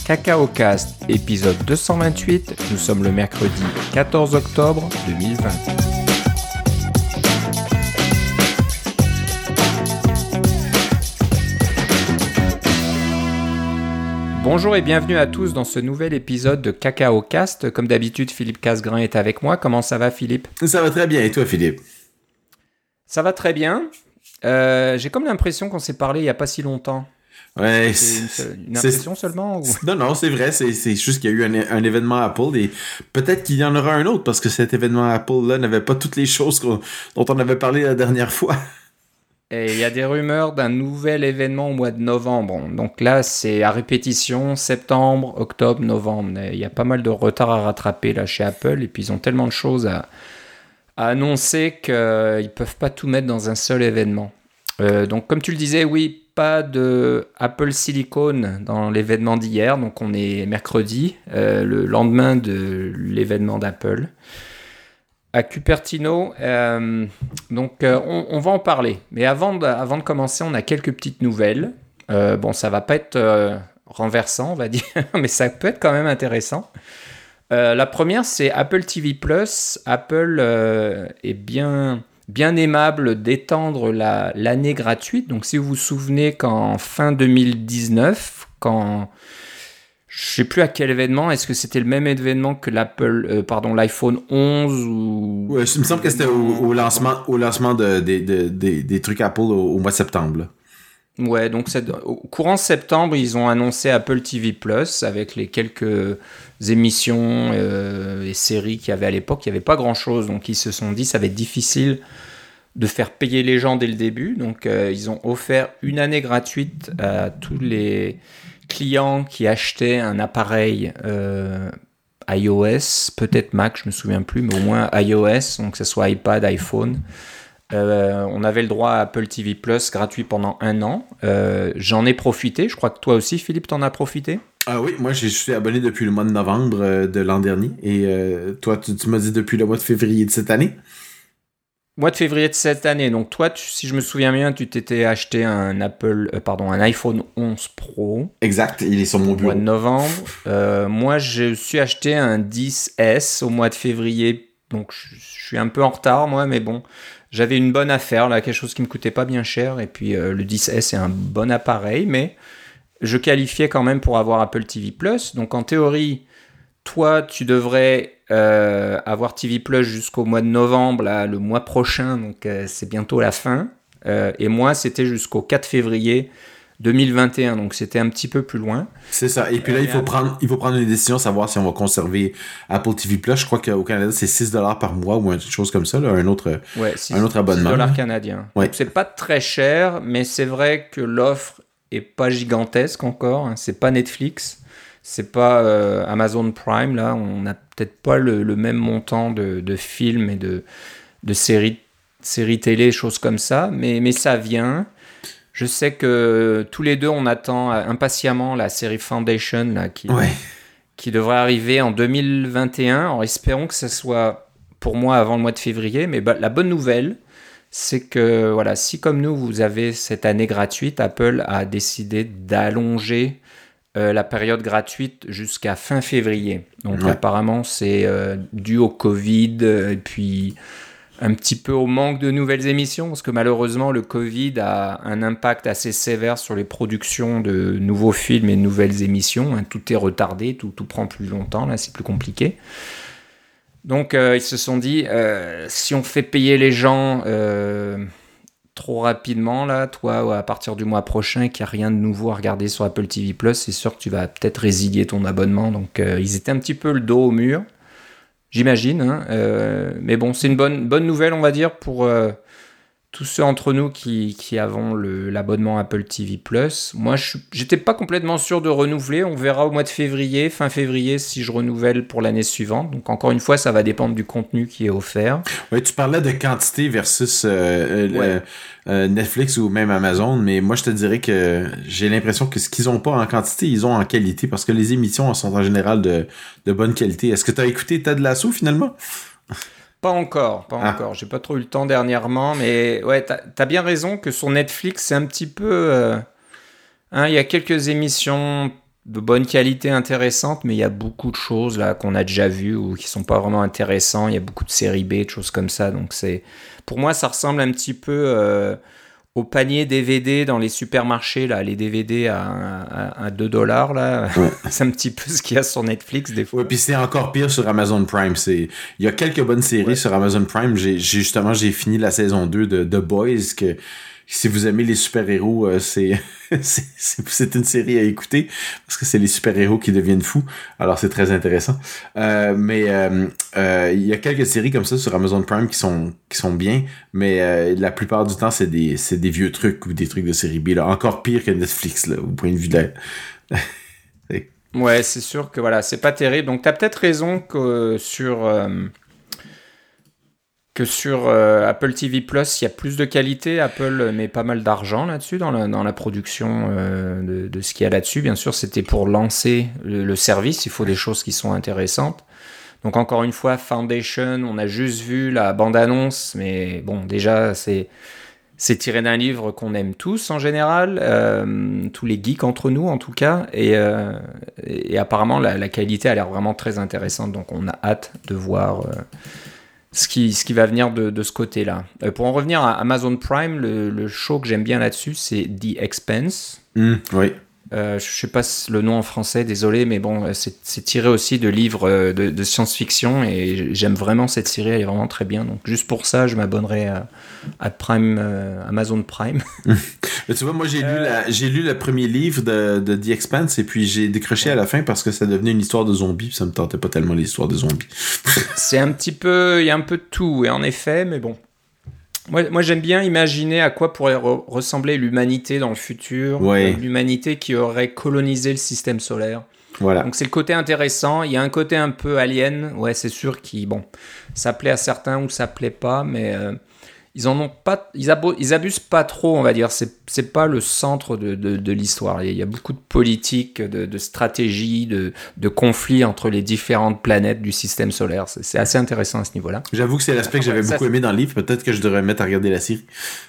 CacaoCast, épisode 228. Nous sommes le mercredi 14 octobre 2020. Bonjour et bienvenue à tous dans ce nouvel épisode de CacaoCast. Comme d'habitude, Philippe Casgrain est avec moi. Comment ça va, Philippe ? Ça va très bien. Et toi, Philippe ? Ça va très bien. J'ai comme l'impression qu'on s'est parlé il n'y a pas si longtemps. Ouais, c'est une impression seulement ou... Non, c'est vrai. C'est juste qu'il y a eu un événement Apple et peut-être qu'il y en aura un autre parce que cet événement Apple-là n'avait pas toutes les choses dont on avait parlé la dernière fois. Et il y a des rumeurs d'un nouvel événement au mois de novembre. Donc là, c'est à répétition, septembre, octobre, novembre. Il y a pas mal de retard à rattraper là chez Apple et puis ils ont tellement de choses à annoncer qu'ils ne peuvent pas tout mettre dans un seul événement. Donc comme tu le disais, oui, pas de Apple Silicon dans l'événement d'hier. Donc on est mercredi, le lendemain de l'événement d'Apple. À Cupertino, on va en parler. Mais avant de commencer, on a quelques petites nouvelles. Ça va pas être renversant, on va dire, mais ça peut être quand même intéressant. La première, c'est Apple TV+. Apple est bien aimable d'étendre l'année gratuite. Donc, si vous vous souvenez qu'en fin 2019, je ne sais plus à quel événement, est-ce que c'était le même événement que l'iPhone 11 ou... Ouais, il me semble que c'était au lancement des trucs Apple au mois de septembre. Là. Ouais, donc au courant septembre, ils ont annoncé Apple TV+, avec les quelques émissions et séries qu'il y avait à l'époque. Il n'y avait pas grand-chose, donc ils se sont dit ça va être difficile de faire payer les gens dès le début. Donc ils ont offert une année gratuite à tous les clients qui achetaient un appareil iOS, peut-être Mac, je me souviens plus, mais au moins iOS, donc que ce soit iPad, iPhone. On avait le droit à Apple TV Plus gratuit pendant 1 an. J'en ai profité. Je crois que toi aussi, Philippe, t'en as profité. Ah oui, moi je suis abonné depuis le mois de novembre de l'an dernier. Et toi, tu m'as dit depuis le mois de février de cette année. Mois de février de cette année. Donc toi, si je me souviens bien, tu t'étais acheté un iPhone 11 Pro. Exact, il est sur mon bureau. Au mois de novembre. Moi, je suis acheté un 10S au mois de février. Donc je suis un peu en retard, moi, mais bon. J'avais une bonne affaire, là, quelque chose qui me coûtait pas bien cher. Et puis le 10S est un bon appareil, mais je qualifiais quand même pour avoir Apple TV+. Donc en théorie, toi, tu devrais avoir TV+, jusqu'au mois de novembre, là, le mois prochain, donc c'est bientôt la fin. Et moi, c'était jusqu'au 4 février 2021, donc c'était un petit peu plus loin. C'est ça. Et puis là, il faut prendre une décision, savoir si on va conserver Apple TV+. Je crois qu'au Canada, c'est $6 par mois ou quelque chose comme ça, là, un autre abonnement. $6 canadiens. Ouais. C'est pas très cher, mais c'est vrai que l'offre est pas gigantesque encore. Hein. C'est pas Netflix, c'est pas Amazon Prime. Là, on n'a peut-être pas le même montant de films et de séries télé, choses comme ça, mais ça vient. Je sais que tous les deux, on attend impatiemment la série Foundation là, qui devrait arriver en 2021, en espérant que ce soit pour moi avant le mois de février. Mais la bonne nouvelle, c'est que voilà, si comme nous, vous avez cette année gratuite, Apple a décidé d'allonger la période gratuite jusqu'à fin février. Donc apparemment, c'est dû au Covid et puis un petit peu au manque de nouvelles émissions, parce que malheureusement, le Covid a un impact assez sévère sur les productions de nouveaux films et de nouvelles émissions. Hein. Tout est retardé, tout prend plus longtemps, là, c'est plus compliqué. Donc, ils se sont dit, si on fait payer les gens trop rapidement, là, toi, à partir du mois prochain, qu'il n'y a rien de nouveau à regarder sur Apple TV+, c'est sûr que tu vas peut-être résilier ton abonnement. Donc, ils étaient un petit peu le dos au mur. J'imagine, hein, mais bon, c'est une bonne nouvelle, on va dire, pour tous ceux entre nous qui avons l'abonnement Apple TV+. Moi, j'étais pas complètement sûr de renouveler. On verra au mois de février, fin février, si je renouvelle pour l'année suivante. Donc, encore une fois, ça va dépendre du contenu qui est offert. Oui, tu parlais de quantité versus Netflix ou même Amazon, mais moi, je te dirais que j'ai l'impression que ce qu'ils ont pas en quantité, ils ont en qualité, parce que les émissions sont en général de bonne qualité. Est-ce que tu as écouté Ted Lasso, finalement? Pas encore. J'ai pas trop eu le temps dernièrement, mais ouais, t'as bien raison que sur Netflix, c'est un petit peu... il y a quelques émissions de bonne qualité intéressante, mais il y a beaucoup de choses là qu'on a déjà vues ou qui sont pas vraiment intéressantes. Il y a beaucoup de séries B, de choses comme ça. Donc pour moi, ça ressemble un petit peu au panier DVD dans les supermarchés, là, les DVD à $2, là. Ouais. C'est un petit peu ce qu'il y a sur Netflix des fois. Ouais, puis c'est encore pire sur Amazon Prime. Il y a quelques bonnes séries sur Amazon Prime. J'ai fini la saison 2 de The Boys, que si vous aimez les super-héros, c'est une série à écouter, parce que c'est les super-héros qui deviennent fous. Alors c'est très intéressant. Mais il y a quelques séries comme ça sur Amazon Prime qui sont bien, mais la plupart du temps c'est des vieux trucs ou des trucs de série B, là. Encore pire que Netflix, là, au point de vue de Ouais, c'est sûr que voilà, c'est pas terrible. Donc t'as peut-être raison que sur Apple TV+, il y a plus de qualité. Apple met pas mal d'argent là-dessus dans la production de ce qu'il y a là-dessus. Bien sûr, c'était pour lancer le service. Il faut des choses qui sont intéressantes. Donc encore une fois, Foundation, on a juste vu la bande-annonce, mais bon, déjà, c'est tiré d'un livre qu'on aime tous en général, tous les geeks entre nous en tout cas, et apparemment la qualité a l'air vraiment très intéressante. Donc on a hâte de voir ce qui va venir de ce côté-là. Pour en revenir à Amazon Prime, le show que j'aime bien là-dessus, c'est The Expanse. Oui. Je sais pas le nom en français, désolé, mais bon, c'est tiré aussi de livres de science-fiction et j'aime vraiment cette série, elle est vraiment très bien. Donc juste pour ça, je m'abonnerai à Amazon Prime. Mais tu vois, moi j'ai lu le premier livre de The Expanse et puis j'ai décroché à la fin parce que ça devenait une histoire de zombies, puis ça me tentait pas tellement l'histoire de zombies. C'est un petit peu, il y a un peu de tout, et en effet, mais bon. Moi, j'aime bien imaginer à quoi pourrait ressembler l'humanité dans le futur, Ouais. l'humanité qui aurait colonisé le système solaire. Voilà. Donc c'est le côté intéressant, il y a un côté un peu alien, ouais c'est sûr qui, bon, ça plaît à certains ou ça plaît pas, mais ils en ont pas, ils abusent pas trop, on va dire, c'est pas le centre de l'histoire. Il y a beaucoup de politique, de stratégie, de conflits entre les différentes planètes du système solaire. C'est assez intéressant à ce niveau-là. J'avoue que c'est l'aspect que j'avais beaucoup aimé dans le livre. Peut-être que je devrais me mettre à regarder la série.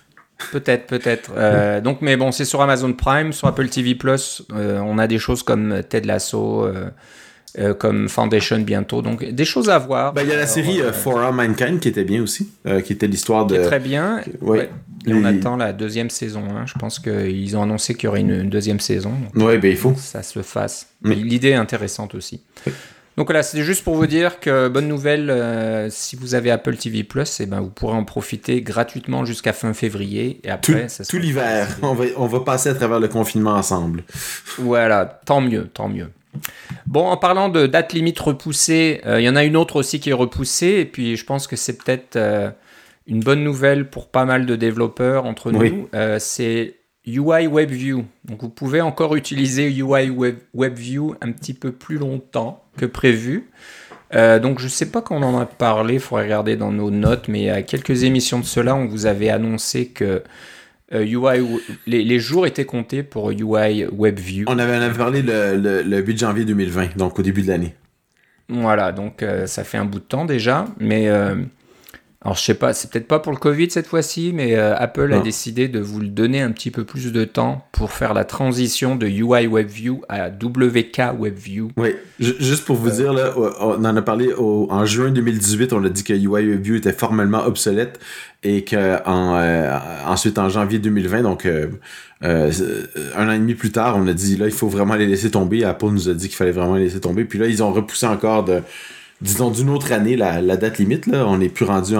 Peut-être. Donc, mais bon, c'est sur Amazon Prime, sur Apple TV+. On a des choses comme Ted Lasso, comme Foundation bientôt. Donc, des choses à voir. Ben, il y a la série For All Mankind qui était bien aussi, qui était l'histoire de... Qui est très bien. Ouais. Et on attend la deuxième saison. Hein. Je pense qu'ils ont annoncé qu'il y aurait une deuxième saison. Oui, ben il faut. Ça se fasse. L'idée est intéressante aussi. Donc voilà, c'était juste pour vous dire que, bonne nouvelle, si vous avez Apple TV+, eh ben, vous pourrez en profiter gratuitement jusqu'à fin février. Et après, tout l'hiver. On va passer à travers le confinement ensemble. Voilà, tant mieux. Bon, en parlant de date limite repoussée, il y en a une autre aussi qui est repoussée. Et puis, je pense que c'est peut-être une bonne nouvelle pour pas mal de développeurs entre nous. C'est UI WebView. Donc, vous pouvez encore utiliser UI WebView un petit peu plus longtemps que prévu. Donc, je ne sais pas quand on en a parlé, il faudrait regarder dans nos notes, mais il y a quelques émissions de cela, on vous avait annoncé que les jours étaient comptés pour UI WebView. On avait parlé le 8 janvier 2020, donc au début de l'année. Voilà, donc ça fait un bout de temps déjà, mais... alors, je sais pas, c'est peut-être pas pour le Covid cette fois-ci, mais Apple a décidé de vous le donner un petit peu plus de temps pour faire la transition de UI WebView à WK WebView. Oui, juste pour vous dire, là, on en a parlé en juin 2018, on a dit que UI WebView était formellement obsolète et ensuite en janvier 2020, donc un an et demi plus tard, on a dit là, il faut vraiment les laisser tomber. Apple nous a dit qu'il fallait vraiment les laisser tomber. Puis là, ils ont repoussé encore disons d'une autre année la date limite, là. On n'est plus rendu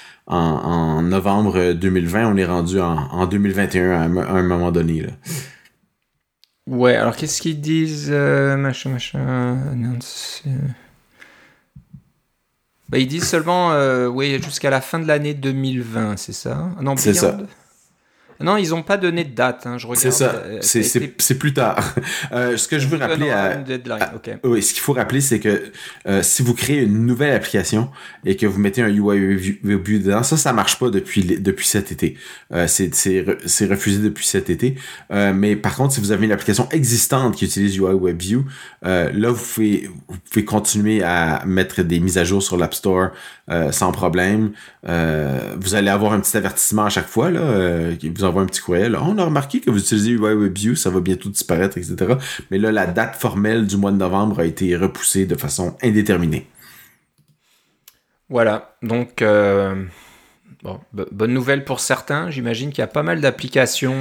en novembre 2020, on est rendu en 2021 à un moment donné, là. Ouais, alors qu'est-ce qu'ils disent machin ils disent seulement jusqu'à la fin de l'année 2020, c'est ça? Non, c'est ça. Non, ils n'ont pas donné de date. Hein, je regarde. C'est ça. C'est plus tard. Ce que je veux rappeler oui, ce qu'il faut rappeler, c'est que si vous créez une nouvelle application et que vous mettez un UI WebView dedans, ça marche pas depuis cet été. C'est refusé depuis cet été. Mais par contre, si vous avez une application existante qui utilise UI WebView, là, vous pouvez continuer à mettre des mises à jour sur l'App Store sans problème. Vous allez avoir un petit avertissement à chaque fois, là, qui vous envoie un petit courriel. On a remarqué que vous utilisez UI WebView, ça va bientôt disparaître, etc. Mais là, la date formelle du mois de novembre a été repoussée de façon indéterminée. Voilà, donc bonne nouvelle pour certains. J'imagine qu'il y a pas mal d'applications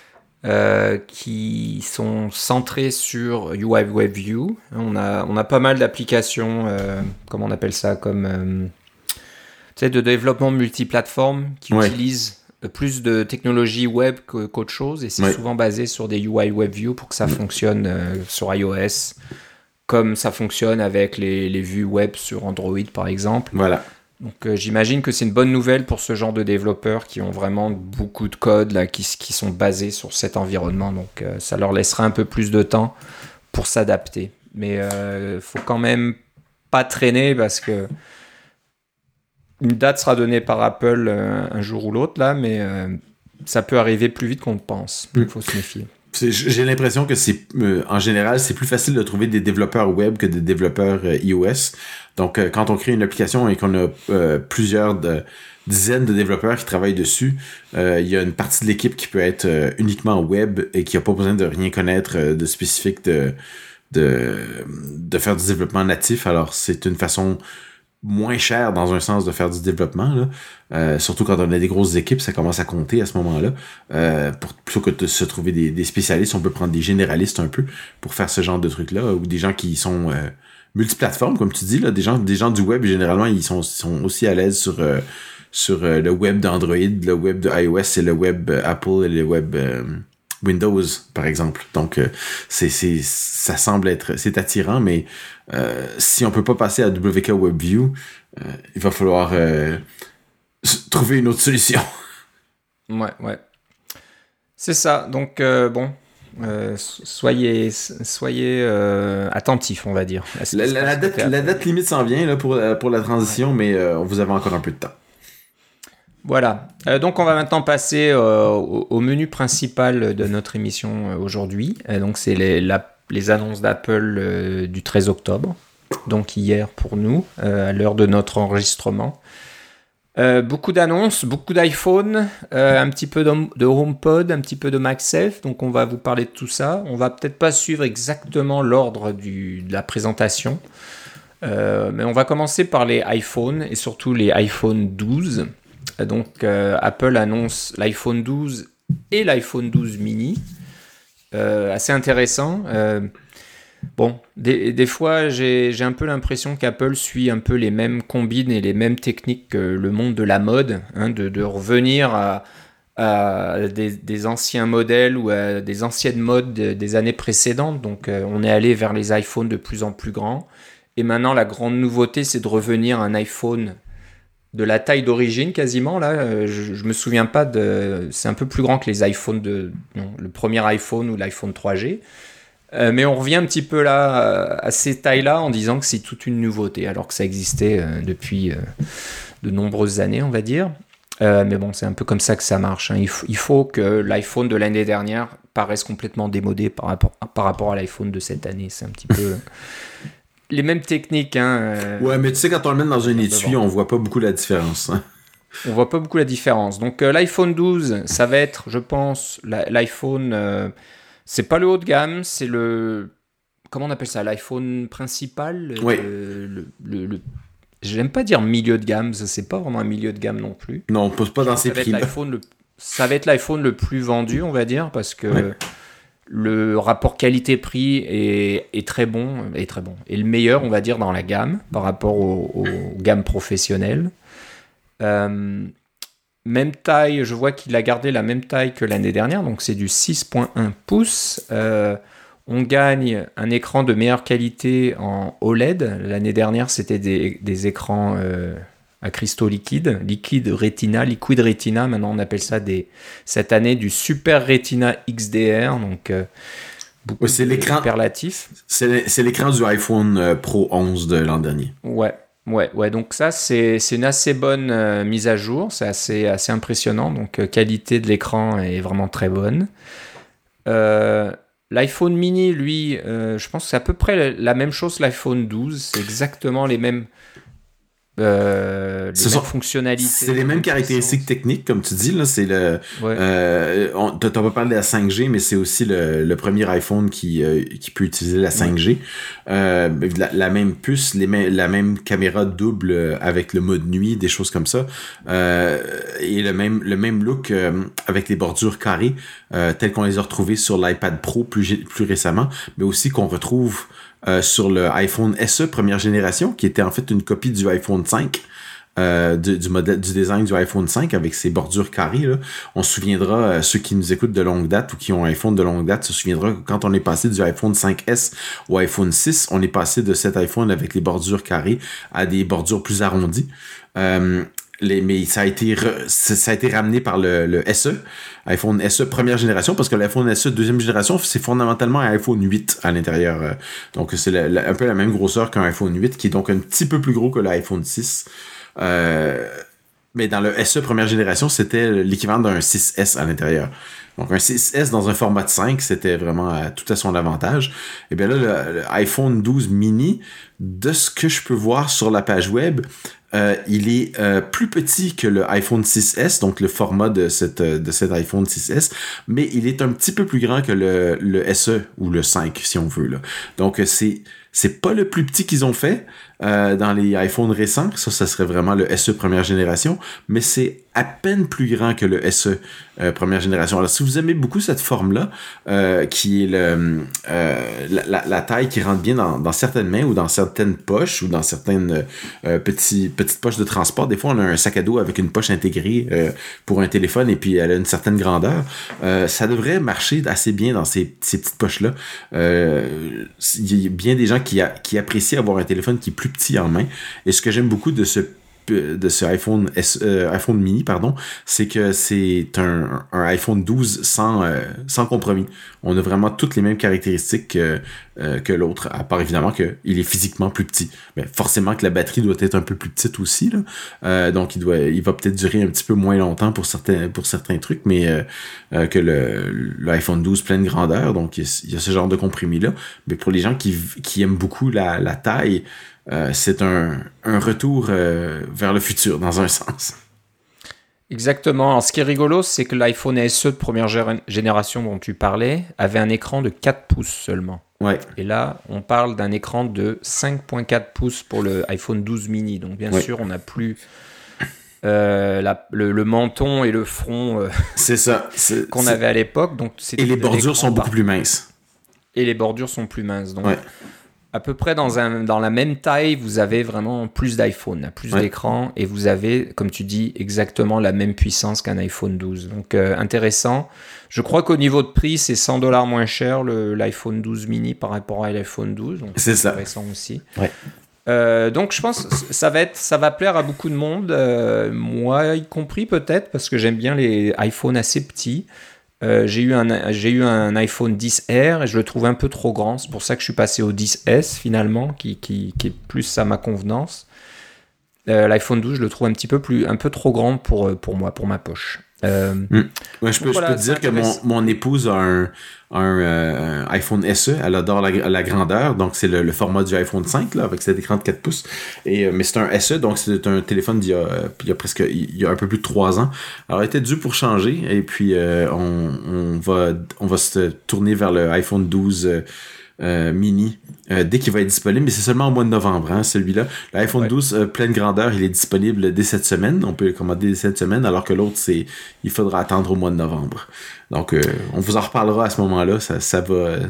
qui sont centrées sur UI WebView. On a pas mal d'applications, comment on appelle ça, comme de développement multiplateforme qui utilisent plus de technologie web qu'autre chose, et c'est souvent basé sur des UI WebView pour que ça fonctionne sur iOS, comme ça fonctionne avec les vues web sur Android par exemple. Voilà. Donc j'imagine que c'est une bonne nouvelle pour ce genre de développeurs qui ont vraiment beaucoup de code là, qui sont basés sur cet environnement. Donc ça leur laissera un peu plus de temps pour s'adapter. Mais faut quand même pas traîner, parce que une date sera donnée par Apple un jour ou l'autre là, mais ça peut arriver plus vite qu'on le pense. Il faut se méfier. J'ai l'impression que en général, c'est plus facile de trouver des développeurs web que des développeurs iOS. Donc, quand on crée une application et qu'on a plusieurs dizaines de développeurs qui travaillent dessus, il y a une partie de l'équipe qui peut être uniquement web et qui n'a pas besoin de rien connaître de spécifique de faire du développement natif. Alors, c'est une façon moins chère dans un sens de faire du développement, là. Surtout quand on a des grosses équipes, ça commence à compter à ce moment-là. Plutôt que de se trouver des spécialistes, on peut prendre des généralistes un peu pour faire ce genre de trucs-là, ou des gens qui sont multiplateformes, comme tu dis, là, des gens du web, généralement, ils sont aussi à l'aise sur le web d'Android, le web de iOS et le web Apple et le web Windows, par exemple. Donc, ça semble c'est attirant, mais si on peut pas passer à WK WebView, il va falloir trouver une autre solution. Ouais. C'est ça. Donc, soyez attentifs, on va dire. La date limite s'en vient là, pour la transition, mais vous avez encore un peu de temps. Voilà. Donc, on va maintenant passer au menu principal de notre émission aujourd'hui. Donc, c'est les annonces d'Apple du 13 octobre. Donc, hier pour nous, à l'heure de notre enregistrement. Beaucoup d'annonces, beaucoup d'iPhone, un petit peu de HomePod, un petit peu de MagSafe. Donc, on va vous parler de tout ça. On va peut-être pas suivre exactement l'ordre de la présentation. Mais on va commencer par les iPhones et surtout les iPhone 12. Donc, Apple annonce l'iPhone 12 et l'iPhone 12 mini. Assez intéressant. Des fois, j'ai un peu l'impression qu'Apple suit un peu les mêmes combines et les mêmes techniques que le monde de la mode, de revenir à des anciens modèles ou à des anciennes modes des années précédentes. Donc, on est allé vers les iPhones de plus en plus grands. Et maintenant, la grande nouveauté, c'est de revenir à un iPhone de la taille d'origine quasiment. Là, je me souviens pas c'est un peu plus grand que les iPhones le premier iPhone ou l'iPhone 3G. Mais on revient un petit peu là à ces tailles-là en disant que c'est toute une nouveauté, alors que ça existait depuis de nombreuses années, on va dire. Mais bon, c'est un peu comme ça que ça marche. Hein. Il faut que l'iPhone de l'année dernière paraisse complètement démodé par rapport à l'iPhone de cette année. C'est un petit peu les mêmes techniques. Ouais, mais tu sais, quand on le met dans un étui, on voit pas beaucoup la différence. Hein. On voit pas beaucoup la différence. Donc l'iPhone 12, ça va être, je pense, l'iPhone... c'est pas le haut de gamme, c'est le... Comment on appelle ça? L'iPhone principal? Oui. J'aime pas dire milieu de gamme, ça c'est pas vraiment un milieu de gamme non plus. Non, on pose pas dans ces prix-là. Ça va être l'iPhone le plus vendu, on va dire, parce que le rapport qualité-prix est très bon, et le meilleur, on va dire, dans la gamme, par rapport aux gammes professionnelles. Même taille, je vois qu'il a gardé la même taille que l'année dernière, donc c'est du 6.1 pouces. On gagne un écran de meilleure qualité en OLED. L'année dernière, c'était des écrans à cristaux liquide Retina, Liquid Retina. Maintenant, on appelle ça cette année du Super Retina XDR, donc beaucoup de superlatifs. C'est l'écran du iPhone Pro 11 de l'an dernier. Ouais, donc ça, c'est une assez bonne mise à jour, c'est assez impressionnant, donc qualité de l'écran est vraiment très bonne. L'iPhone mini, lui, je pense que c'est à peu près la même chose que l'iPhone 12, c'est exactement les mêmes... les mêmes fonctionnalités. C'est les mêmes caractéristiques techniques, comme tu dis. Là, c'est t'as pas parlé de la 5G, mais c'est aussi le premier iPhone qui peut utiliser la 5G. La même puce, la même caméra double avec le mode nuit, des choses comme ça. Et le même look avec les bordures carrées, telles qu'on les a retrouvées sur l'iPad Pro plus récemment, mais aussi qu'on retrouve sur le iPhone SE première génération, qui était en fait une copie du iPhone 5, du design du iPhone 5 avec ses bordures carrées. Là. On se souviendra, ceux qui nous écoutent de longue date ou qui ont un iPhone de longue date se souviendra que quand on est passé du iPhone 5S au iPhone 6, on est passé de cet iPhone avec les bordures carrées à des bordures plus arrondies. Mais ça a été ramené par le SE, iPhone SE première génération, parce que l'iPhone SE deuxième génération, c'est fondamentalement un iPhone 8 à l'intérieur. Donc c'est un peu la même grosseur qu'un iPhone 8, qui est donc un petit peu plus gros que l'iPhone 6. Mais dans le SE première génération, c'était l'équivalent d'un 6S à l'intérieur. Donc un 6S dans un format de 5, c'était vraiment tout à son avantage. Et bien là, le iPhone 12 mini, de ce que je peux voir sur la page web, il est plus petit que le iPhone 6S, donc le format de cet iPhone 6S, mais il est un petit peu plus grand que le SE ou le 5, si on veut. Là. Donc c'est pas le plus petit qu'ils ont fait dans les iPhones récents. Ça serait vraiment le SE première génération, mais c'est à peine plus grand que le SE première génération. Alors, si vous aimez beaucoup cette forme-là, qui est la taille qui rentre bien dans certaines mains ou dans certaines poches ou dans certaines petites poches de transport. Des fois, on a un sac à dos avec une poche intégrée pour un téléphone et puis elle a une certaine grandeur. Ça devrait marcher assez bien dans ces petites poches-là. Il y a bien des gens qui apprécient avoir un téléphone qui est plus petit en main. Et ce que j'aime beaucoup de ce iPhone mini, c'est que c'est un iPhone 12 sans compromis. On a vraiment toutes les mêmes caractéristiques que l'autre, à part évidemment qu'il est physiquement plus petit. Mais forcément que la batterie doit être un peu plus petite aussi, là. Donc il va peut-être durer un petit peu moins longtemps pour certains trucs, mais que l'iPhone 12 pleine grandeur. Donc il y a ce genre de compromis-là. Mais pour les gens qui aiment beaucoup la taille, c'est un retour vers le futur, dans un sens. Exactement. Alors, ce qui est rigolo, c'est que l'iPhone SE de première génération dont tu parlais avait un écran de 4 pouces seulement. Ouais. Et là, on parle d'un écran de 5.4 pouces pour le iPhone 12 mini. Donc, bien sûr, on n'a plus le menton et le front c'est ça. qu'on avait à l'époque. Donc, et les bordures sont beaucoup plus minces. Et les bordures sont plus minces. Donc, à peu près dans la même taille, vous avez vraiment plus d'iPhone, plus d'écran, et vous avez, comme tu dis, exactement la même puissance qu'un iPhone 12. Donc, intéressant. Je crois qu'au niveau de prix, c'est $100 moins cher l'iPhone 12 mini par rapport à l'iPhone 12. Donc, c'est ça. Intéressant aussi. Ouais. Donc, je pense que ça va plaire à beaucoup de monde, moi y compris peut-être, parce que j'aime bien les iPhones assez petits. J'ai eu un iPhone XR et je le trouve un peu trop grand. C'est pour ça que je suis passé au XS finalement, qui est plus à ma convenance. L'iPhone 12, je le trouve un peu trop grand pour moi, pour ma poche. Ouais, je peux te dire que mon épouse a un iPhone SE, elle adore la grandeur, donc c'est le format du iPhone 5 là, avec cet écran de 4 pouces. Mais c'est un SE, donc c'est un téléphone il y a un peu plus de 3 ans. Alors elle était due pour changer, et puis on va se tourner vers le iPhone 12 mini dès qu'il va être disponible, mais c'est seulement au mois de novembre, celui-là. L'iPhone 12 pleine grandeur, il est disponible dès cette semaine. On peut le commander dès cette semaine, alors que l'autre, il faudra attendre au mois de novembre. Donc, on vous en reparlera à ce moment-là. Ça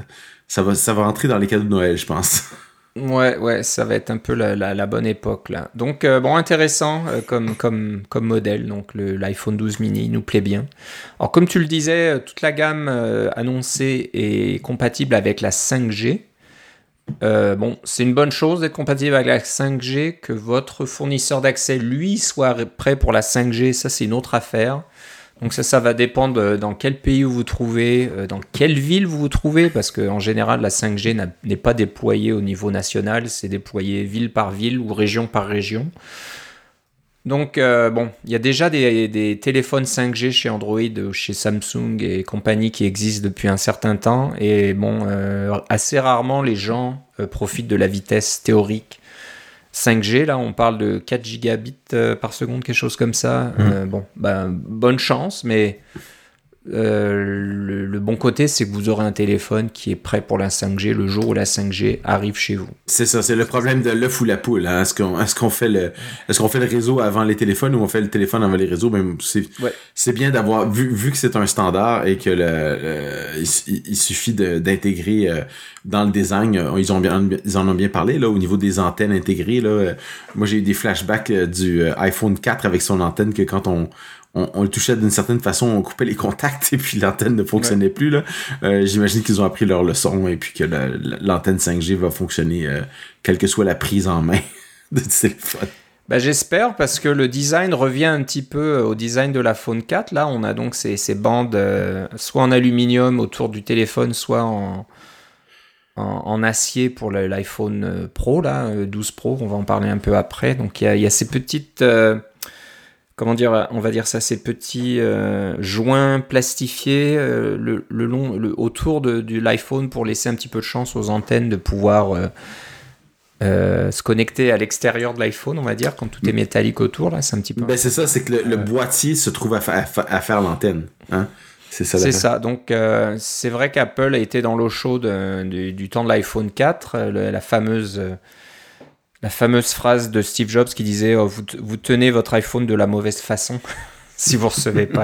va rentrer dans les cadeaux de Noël, je pense. Ouais, ça va être un peu la bonne époque, là. Donc, intéressant comme modèle. Donc, l'iPhone 12 mini nous plaît bien. Alors, comme tu le disais, toute la gamme annoncée est compatible avec la 5G. C'est une bonne chose d'être compatible avec la 5G, que votre fournisseur d'accès, lui, soit prêt pour la 5G, ça, c'est une autre affaire. Donc ça va dépendre dans quel pays vous vous trouvez, dans quelle ville vous vous trouvez, parce qu'en général, la 5G n'est pas déployée au niveau national, c'est déployé ville par ville ou région par région. Donc, il y a déjà des téléphones 5G chez Android, chez Samsung et compagnie qui existent depuis un certain temps. Et assez rarement, les gens profitent de la vitesse théorique. 5G, là, on parle de 4 gigabits par seconde, quelque chose comme ça. Bonne chance, mais le bon côté, c'est que vous aurez un téléphone qui est prêt pour la 5G le jour où la 5G arrive chez vous. C'est ça, c'est le problème de l'œuf ou la poule. Hein. Est-ce qu'on fait le réseau avant les téléphones ou on fait le téléphone avant les réseaux? Ben, c'est bien d'avoir vu que c'est un standard et que il suffit d'intégrer dans le design. Ils en ont bien parlé là au niveau des antennes intégrées. Là, moi j'ai eu des flashbacks du iPhone 4 avec son antenne que quand on le touchait d'une certaine façon, on coupait les contacts et puis l'antenne ne fonctionnait plus. Là. J'imagine qu'ils ont appris leur leçon et puis que l'antenne 5G va fonctionner quelle que soit la prise en main du téléphone. J'espère parce que le design revient un petit peu au design de l'iPhone 4. Là, on a donc ces bandes soit en aluminium autour du téléphone, soit en acier pour l'iPhone Pro, là, 12 Pro. On va en parler un peu après. Donc, il y a ces petites... comment dire, on va dire ça, ces petits joints plastifiés autour de l'iPhone pour laisser un petit peu de chance aux antennes de pouvoir se connecter à l'extérieur de l'iPhone, on va dire, quand tout est métallique autour. Là, c'est un petit peu. C'est ça, c'est que le boîtier se trouve à faire l'antenne. Hein? C'est ça. Donc, c'est vrai qu'Apple a été dans l'eau chaude du temps de l'iPhone 4, la fameuse phrase de Steve Jobs qui disait vous tenez votre iPhone de la mauvaise façon si vous recevez pas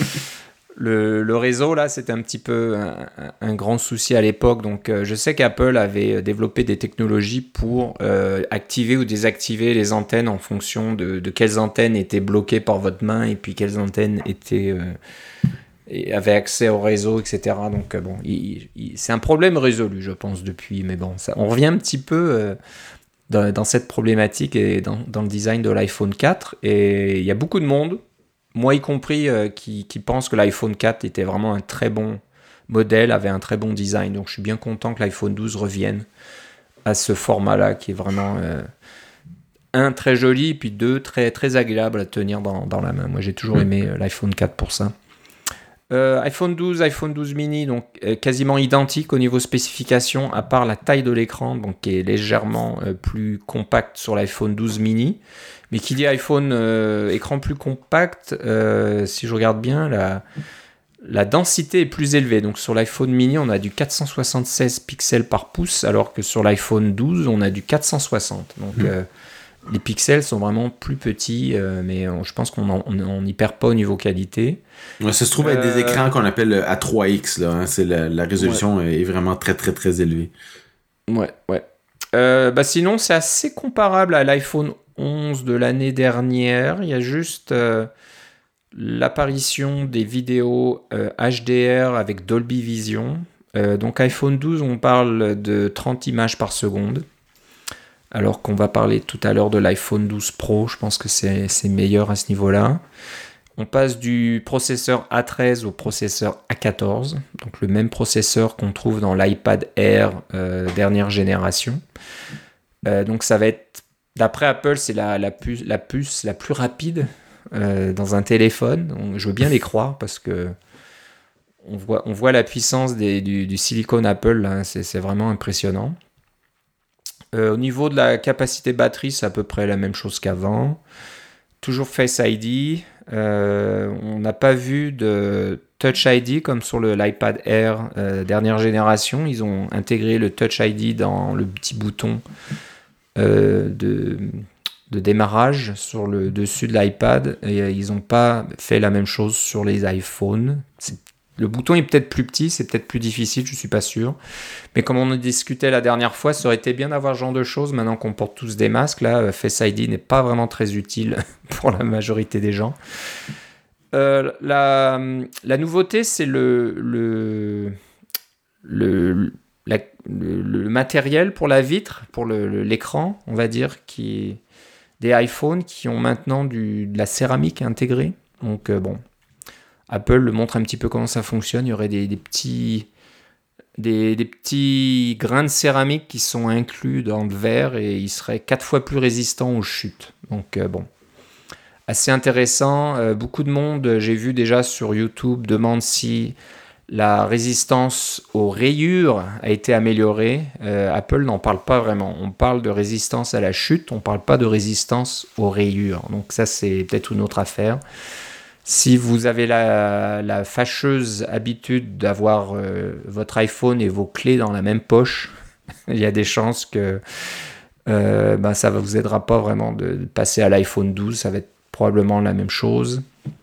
le réseau. Là, c'était un petit peu un grand souci à l'époque. Donc, je sais qu'Apple avait développé des technologies pour activer ou désactiver les antennes en fonction de quelles antennes étaient bloquées par votre main et puis quelles antennes avaient accès au réseau, etc. Donc, c'est un problème résolu, je pense, depuis. Mais bon, on revient un petit peu... dans cette problématique et dans le design de l'iPhone 4. Et il y a beaucoup de monde, moi y compris, qui pense que l'iPhone 4 était vraiment un très bon modèle, avait un très bon design. Donc je suis bien content que l'iPhone 12 revienne à ce format-là, qui est vraiment, un, très joli, et puis deux, très, très agréable à tenir dans la main. Moi j'ai toujours aimé l'iPhone 4 pour ça. iPhone 12, iPhone 12 mini, donc quasiment identique au niveau spécification, à part la taille de l'écran, donc qui est légèrement plus compact sur l'iPhone 12 mini. Mais qui dit iPhone écran plus compact, si je regarde bien, la densité est plus élevée. Donc sur l'iPhone mini, on a du 476 pixels par pouce, alors que sur l'iPhone 12, on a du 460. Donc les pixels sont vraiment plus petits, mais je pense qu'on n'y perd pas au niveau qualité. Ouais, ça se trouve être des écrans qu'on appelle à 3X. Là, hein. C'est la résolution est vraiment très, très, très élevée. Ouais. Sinon, c'est assez comparable à l'iPhone 11 de l'année dernière. Il y a juste l'apparition des vidéos HDR avec Dolby Vision. Donc iPhone 12, on parle de 30 images par seconde. Alors qu'on va parler tout à l'heure de l'iPhone 12 Pro, je pense que c'est meilleur à ce niveau-là. On passe du processeur A13 au processeur A14, donc le même processeur qu'on trouve dans l'iPad Air dernière génération. Donc ça va être, d'après Apple, c'est la puce la plus rapide dans un téléphone. Donc, je veux bien les croire parce que on voit la puissance du silicone Apple, là, c'est vraiment impressionnant. Au niveau de la capacité batterie, c'est à peu près la même chose qu'avant. Toujours Face ID. On n'a pas vu de Touch ID comme sur l'iPad Air dernière génération. Ils ont intégré le Touch ID dans le petit bouton de démarrage sur le dessus de l'iPad. Et ils n'ont pas fait la même chose sur les iPhones. Le bouton est peut-être plus petit, c'est peut-être plus difficile, je ne suis pas sûr. Mais comme on en discutait la dernière fois, ça aurait été bien d'avoir ce genre de choses. Maintenant qu'on porte tous des masques, là, Face ID n'est pas vraiment très utile pour la majorité des gens. La nouveauté, c'est le matériel pour la vitre, pour l'écran, on va dire, des iPhones qui ont maintenant de la céramique intégrée. Donc, Apple le montre un petit peu comment ça fonctionne. Il y aurait des petits grains de céramique qui sont inclus dans le verre et ils seraient 4 fois plus résistants aux chutes. Donc assez intéressant. Beaucoup de monde, j'ai vu déjà sur YouTube, demande si La résistance aux rayures a été améliorée. Apple n'en parle pas vraiment. On parle de résistance à la chute, on ne parle pas de résistance aux rayures. Donc ça, c'est peut-être une autre affaire. Si vous avez la fâcheuse habitude d'avoir votre iPhone et vos clés dans la même poche, il y a des chances que ça ne vous aidera pas vraiment de passer à l'iPhone 12. Ça va être probablement la même chose.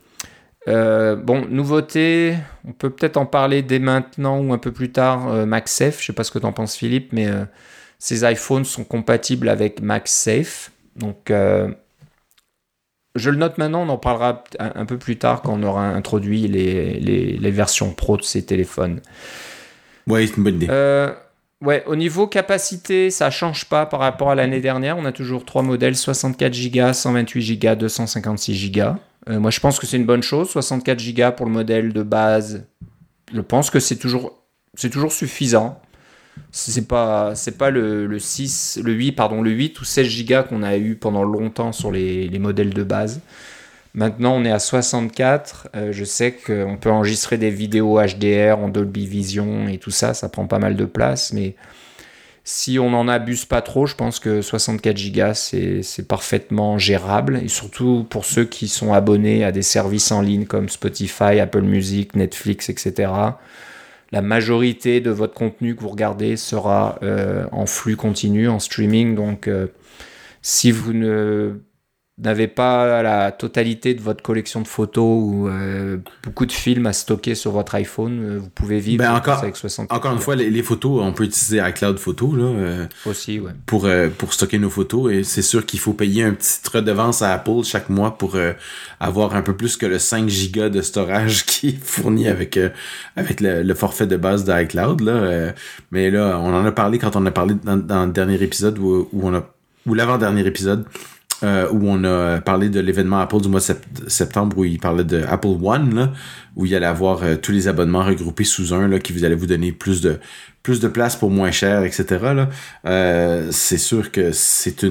Nouveauté, on peut peut-être en parler dès maintenant ou un peu plus tard. MagSafe, je ne sais pas ce que tu en penses, Philippe, mais ces iPhones sont compatibles avec MagSafe. Donc, je le note maintenant, on en parlera un peu plus tard quand on aura introduit les versions pro de ces téléphones. Ouais, c'est une bonne idée. Au niveau capacité, ça ne change pas par rapport à l'année dernière. On a toujours 3 modèles, 64 Go, 128 Go, 256 Go. Moi, je pense que c'est une bonne chose. 64 Go pour le modèle de base, je pense que c'est toujours suffisant. C'est pas le 6, le 8 ou 16 Go qu'on a eu pendant longtemps sur les modèles de base. Maintenant, on est à 64. Je sais qu'on peut enregistrer des vidéos HDR en Dolby Vision et tout ça. Ça prend pas mal de place, mais si on n'en abuse pas trop, je pense que 64 Go, c'est parfaitement gérable. Et surtout pour ceux qui sont abonnés à des services en ligne comme Spotify, Apple Music, Netflix, etc. La majorité de votre contenu que vous regardez sera en flux continu, en streaming. Donc, si vous n'avez pas la totalité de votre collection de photos ou beaucoup de films à stocker sur votre iPhone, vous pouvez vivre avec 64. Encore une fois, les photos, on peut utiliser iCloud Photo là, aussi, ouais. pour stocker nos photos. Et c'est sûr qu'il faut payer une petite redevance à Apple chaque mois pour avoir un peu plus que le 5 Go de storage qui est fourni avec le forfait de base d'iCloud. Là. Mais là, on en a parlé quand on a parlé dans le dernier épisode ou l'avant-dernier épisode. Où on a parlé de l'événement Apple du mois de septembre où il parlait de Apple One, là, où il allait avoir tous les abonnements regroupés sous un, là, qui allait vous donner plus de place pour moins cher, etc. Là. C'est sûr que c'est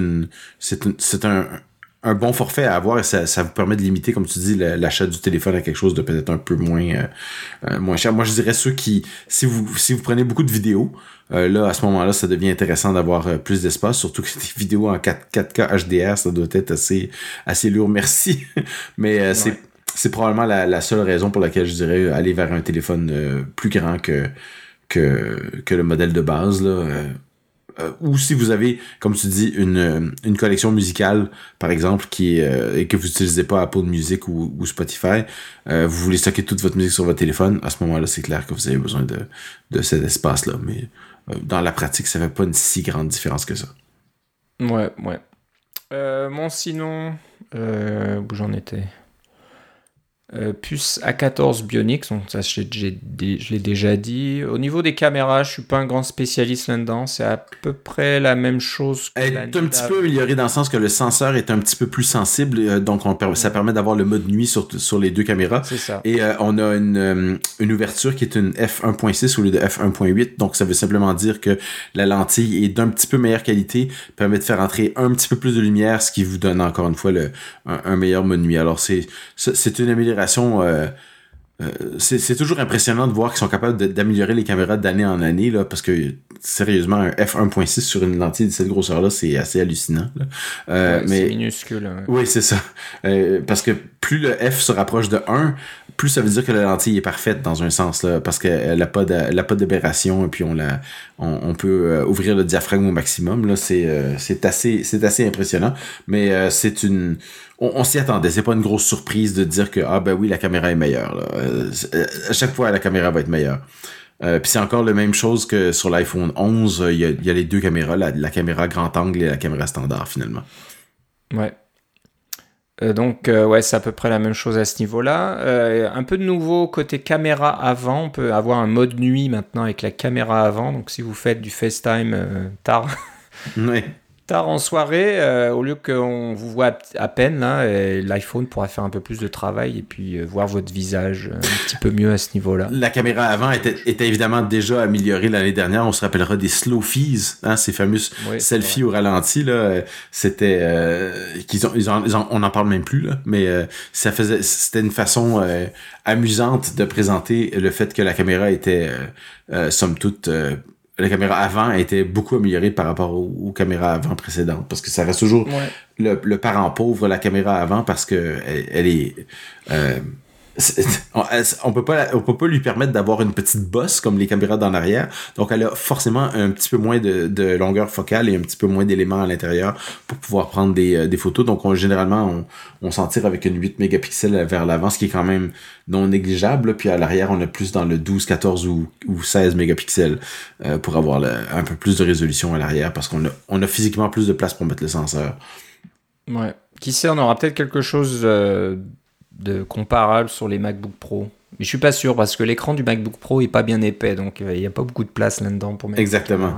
un bon forfait à avoir et ça vous permet de limiter, comme tu dis, l'achat du téléphone à quelque chose de peut-être un peu moins cher. Moi, je dirais ceux qui, si vous prenez beaucoup de vidéos, là, à ce moment-là, ça devient intéressant d'avoir plus d'espace, surtout que des vidéos en 4K HDR, ça doit être assez lourd, merci. Mais c'est probablement la seule raison pour laquelle je dirais aller vers un téléphone plus grand que le modèle de base, là. Ou si vous avez, comme tu dis, une collection musicale, par exemple, et que vous n'utilisez pas Apple Music ou Spotify, vous voulez stocker toute votre musique sur votre téléphone, à ce moment-là, c'est clair que vous avez besoin de cet espace-là. Mais dans la pratique, ça ne fait pas une si grande différence que ça. Ouais. Sinon, où j'en étais? Puce A14 Bionic, donc ça je l'ai déjà dit. Au niveau des caméras, je suis pas un grand spécialiste là-dedans, c'est à peu près la même chose que elle est un petit peu améliorée dans le sens que le senseur est un petit peu plus sensible, donc ça permet d'avoir le mode nuit sur les deux caméras. C'est ça. Et on a une ouverture qui est une f1.6 au lieu de f1.8, donc ça veut simplement dire que la lentille est d'un petit peu meilleure qualité, permet de faire entrer un petit peu plus de lumière, ce qui vous donne encore une fois un meilleur mode nuit. Alors c'est une amélioration. C'est toujours impressionnant de voir qu'ils sont capables d'améliorer les caméras d'année en année, là, parce que sérieusement, un f1.6 sur une lentille de cette grosseur-là, c'est assez hallucinant. Mais c'est minuscule. Ouais. Oui, c'est ça. Parce que plus le f se rapproche de 1, plus ça veut dire que la lentille est parfaite dans un sens, là, parce qu'elle n'a pas d'aberration, et puis on peut ouvrir le diaphragme au maximum. Là, c'est assez impressionnant. Mais on s'y attendait. C'est pas une grosse surprise de dire que oui, la caméra est meilleure. Là. À chaque fois, la caméra va être meilleure. Puis c'est encore la même chose que sur l'iPhone 11. Il y a les deux caméras, la caméra grand angle et la caméra standard finalement. Ouais. C'est à peu près la même chose à ce niveau-là. Un peu de nouveau côté caméra avant. On peut avoir un mode nuit maintenant avec la caméra avant. Donc si vous faites du FaceTime tard... Ouais. tard en soirée, au lieu qu'on vous voit à peine, là, l'iPhone pourra faire un peu plus de travail et puis voir votre visage un petit peu mieux à ce niveau-là. La caméra avant était évidemment déjà améliorée l'année dernière. On se rappellera des slow fees, hein, ces fameux selfies au ralenti, là. C'était, on n'en parle même plus, là. Mais c'était une façon amusante de présenter le fait que la caméra était, somme toute, la caméra avant était beaucoup améliorée par rapport aux caméras avant précédentes, parce que ça reste toujours le parent pauvre, la caméra avant, parce que elle est on peut pas lui permettre d'avoir une petite bosse comme les caméras d'en arrière, donc elle a forcément un petit peu moins de longueur focale et un petit peu moins d'éléments à l'intérieur pour pouvoir prendre des photos. Donc généralement on s'en tire avec une 8 mégapixels vers l'avant, ce qui est quand même non négligeable, puis à l'arrière on a plus dans le 12, 14 ou 16 mégapixels pour avoir un peu plus de résolution à l'arrière, parce qu'on a physiquement plus de place pour mettre le senseur. Ouais. Qui sait, on aura peut-être quelque chose de comparable sur les MacBook Pro. Mais je suis pas sûr, parce que l'écran du MacBook Pro est pas bien épais, donc il y a pas beaucoup de place là-dedans pour mettre exactement.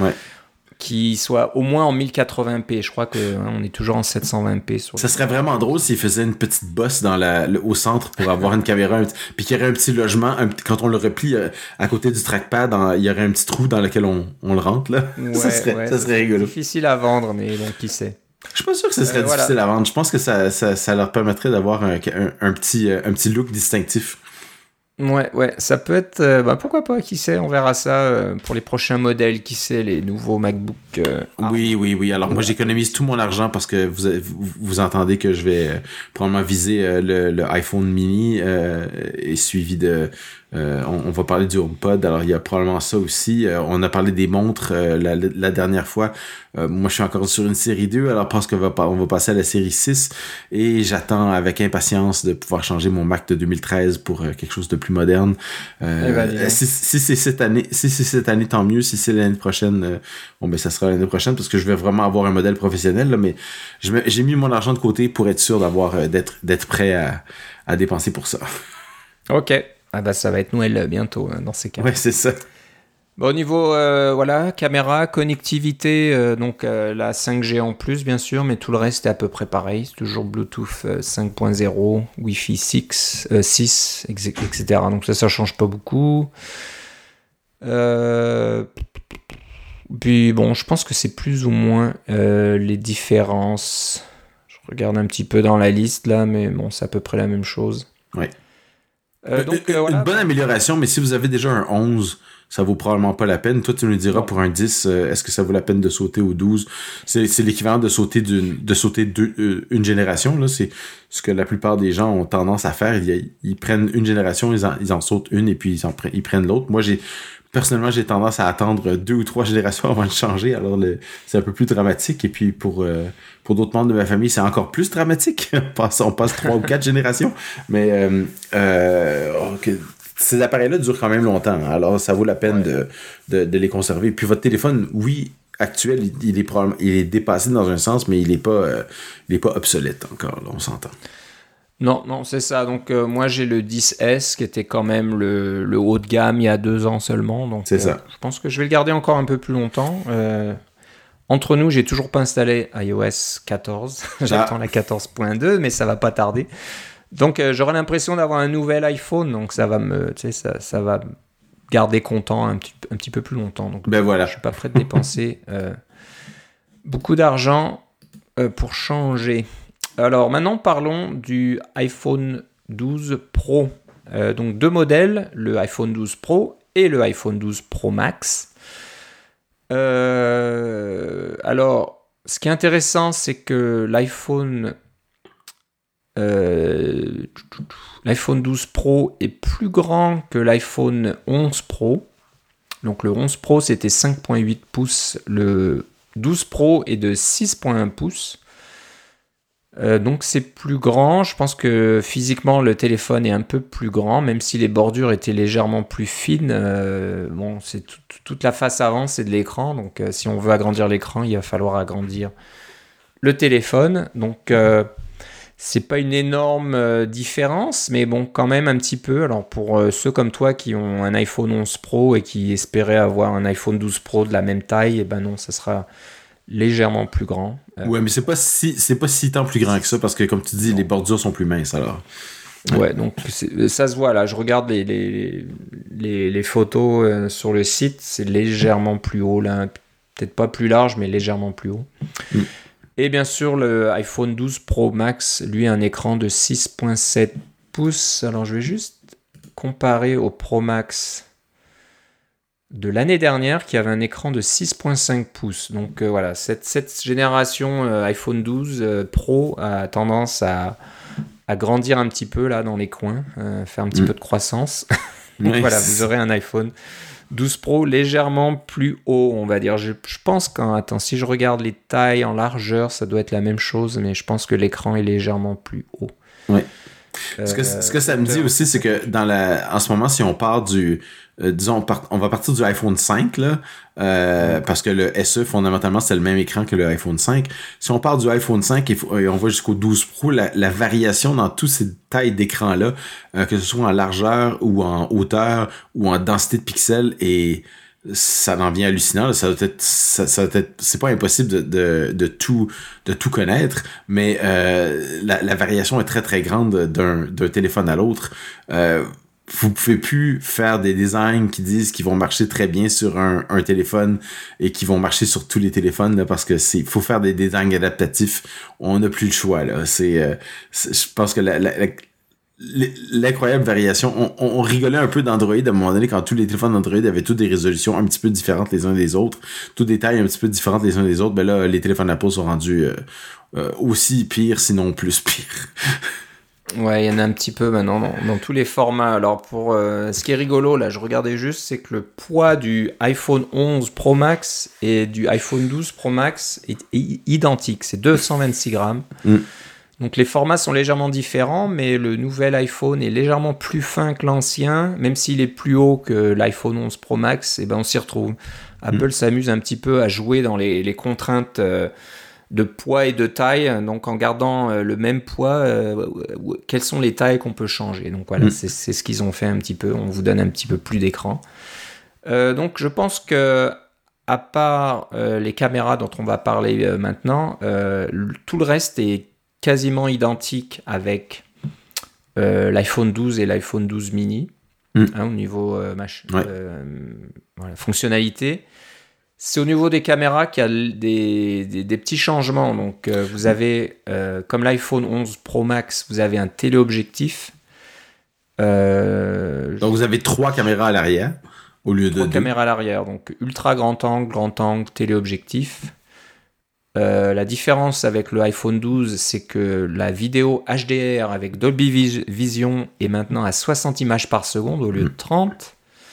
Qui soit au moins en 1080p. Je crois que on est toujours en 720p. Ça serait vraiment drôle s'il faisait une petite bosse au centre pour avoir une caméra, puis qu'il y aurait un petit logement, quand on le replie à côté du trackpad, il y aurait un petit trou dans lequel on le rentre, là. Ouais, ça serait rigolo. Difficile à vendre, mais bon, qui sait. Je suis pas sûr que ce serait difficile à vendre. Je pense que ça leur permettrait d'avoir un petit look distinctif. Ouais, ça peut être... pourquoi pas, qui sait, on verra ça pour les prochains modèles, qui sait, les nouveaux MacBook. Oui. Alors moi, j'économise tout mon argent parce que vous entendez que je vais probablement viser le iPhone mini et suivi de... on va parler du HomePod, alors il y a probablement ça aussi. On a parlé des montres la dernière fois. Moi, je suis encore sur une série 2, alors je pense qu'on va passer à la série 6 et j'attends avec impatience de pouvoir changer mon Mac de 2013 pour quelque chose de plus moderne. Si c'est cette année, tant mieux. Si c'est l'année prochaine, ça sera l'année prochaine parce que je vais vraiment avoir un modèle professionnel, là, mais j'ai mis mon argent de côté pour être sûr d'être prêt à dépenser pour ça. Ok. Ça va être Noël bientôt, dans ces cas. Ouais, c'est ça. Bon, au niveau caméra, connectivité, la 5G en plus, bien sûr, mais tout le reste est à peu près pareil. C'est toujours Bluetooth 5.0, Wi-Fi 6, etc. Donc ça change pas beaucoup. Puis bon, je pense que c'est plus ou moins les différences. Je regarde un petit peu dans la liste là, mais bon, c'est à peu près la même chose. Ouais. Une bonne amélioration, mais si vous avez déjà un 11, ça vaut probablement pas la peine. Toi, tu nous diras pour un 10, est-ce que ça vaut la peine de sauter au 12? C'est l'équivalent de sauter une génération, là. C'est ce que la plupart des gens ont tendance à faire. Ils prennent une génération, ils en sautent une et puis ils prennent l'autre. Moi, personnellement, j'ai tendance à attendre 2 ou 3 générations avant de changer. Alors, c'est un peu plus dramatique. Et puis, pour d'autres membres de ma famille, c'est encore plus dramatique. On passe 3 ou 4 générations. Mais ces appareils-là durent quand même longtemps. Hein. Alors, ça vaut la peine de les conserver. Puis, votre téléphone, oui, actuel, il est dépassé dans un sens, mais il est pas obsolète encore. Là, on s'entend. Non, c'est ça. Donc, moi, j'ai le 10S qui était quand même le haut de gamme il y a 2 ans seulement. Donc, c'est ça. Je pense que je vais le garder encore un peu plus longtemps. Entre nous, j'ai toujours pas installé iOS 14. J'attends la 14.2, mais ça va pas tarder. Donc, j'aurai l'impression d'avoir un nouvel iPhone. Donc, ça va ça va me garder content un petit peu plus longtemps. Donc, voilà. Je suis pas prêt de dépenser beaucoup d'argent pour changer. Alors maintenant parlons du iPhone 12 Pro. Donc 2 modèles, le iPhone 12 Pro et le iPhone 12 Pro Max. Alors ce qui est intéressant, c'est que l'iPhone 12 Pro est plus grand que l'iPhone 11 Pro. Donc le 11 Pro c'était 5.8 pouces, le 12 Pro est de 6.1 pouces. Donc c'est plus grand, je pense que physiquement le téléphone est un peu plus grand, même si les bordures étaient légèrement plus fines. C'est toute la face avant, c'est de l'écran, donc si on veut agrandir l'écran, il va falloir agrandir le téléphone. Donc c'est pas une énorme différence, mais bon, quand même un petit peu. Alors pour ceux comme toi qui ont un iPhone 11 Pro et qui espéraient avoir un iPhone 12 Pro de la même taille, non, ça sera légèrement plus grand. Ouais, mais c'est pas si tant plus grand que ça parce que comme tu dis, les bordures sont plus minces alors. Ouais, donc ça se voit là. Je regarde les photos sur le site, c'est légèrement plus haut là, peut-être pas plus large, mais légèrement plus haut. Et bien sûr, le iPhone 12 Pro Max, lui, a un écran de 6,7 pouces. Alors, je vais juste comparer au Pro Max de l'année dernière qui avait un écran de 6,5 pouces. Donc voilà, cette génération iPhone 12 Pro a tendance à grandir un petit peu là dans les coins, faire un petit peu de croissance. Donc Ouais, voilà, vous aurez un iPhone 12 Pro légèrement plus haut, on va dire. Je pense si je regarde les tailles en largeur, ça doit être la même chose, mais je pense que l'écran est légèrement plus haut. Ouais. Ce que ça me dit aussi, c'est que en ce moment, si on part du, disons, on va partir du iPhone 5 là, parce que le SE fondamentalement c'est le même écran que le iPhone 5. Si on part du iPhone 5 et on va jusqu'au 12 Pro, la variation dans toutes ces tailles d'écran là, que ce soit en largeur ou en hauteur ou en densité de pixels, et ça en vient hallucinant. Ça doit être, c'est pas impossible de tout connaître, mais la variation est très très grande d'un téléphone à l'autre. Vous pouvez plus faire des designs qui disent qu'ils vont marcher très bien sur un téléphone et qui vont marcher sur tous les téléphones là, parce que faut faire des designs adaptatifs. On n'a plus le choix là. Je pense que l'incroyable variation. On rigolait un peu d'Android à un moment donné quand tous les téléphones d'Android avaient toutes des résolutions un petit peu différentes les uns des autres, toutes des tailles un petit peu différentes les uns des autres. Ben là, les téléphones Apple sont rendus aussi pires, sinon plus pires. Ouais, il y en a un petit peu maintenant dans tous les formats. Alors ce qui est rigolo là, je regardais juste, c'est que le poids du iPhone 11 Pro Max et du iPhone 12 Pro Max est identique. C'est 226 grammes. Donc les formats sont légèrement différents, mais le nouvel iPhone est légèrement plus fin que l'ancien, même s'il est plus haut que l'iPhone 11 Pro Max, et ben on s'y retrouve. Apple s'amuse un petit peu à jouer dans les contraintes de poids et de taille, donc en gardant le même poids, quelles sont les tailles qu'on peut changer. Donc voilà, c'est ce qu'ils ont fait un petit peu, on vous donne un petit peu plus d'écran. Donc je pense que à part les caméras dont on va parler maintenant, tout le reste est quasiment identique avec l'iPhone 12 et l'iPhone 12 mini au niveau fonctionnalité. C'est au niveau des caméras qu'il y a des petits changements. Donc vous avez, comme l'iPhone 11 Pro Max, vous avez un téléobjectif. Donc vous avez 3 caméras à l'arrière au lieu de 2. 3 caméras à l'arrière, donc ultra grand angle, téléobjectif. La différence avec le iPhone 12, c'est que la vidéo HDR avec Dolby Vision est maintenant à 60 images par seconde au lieu de 30.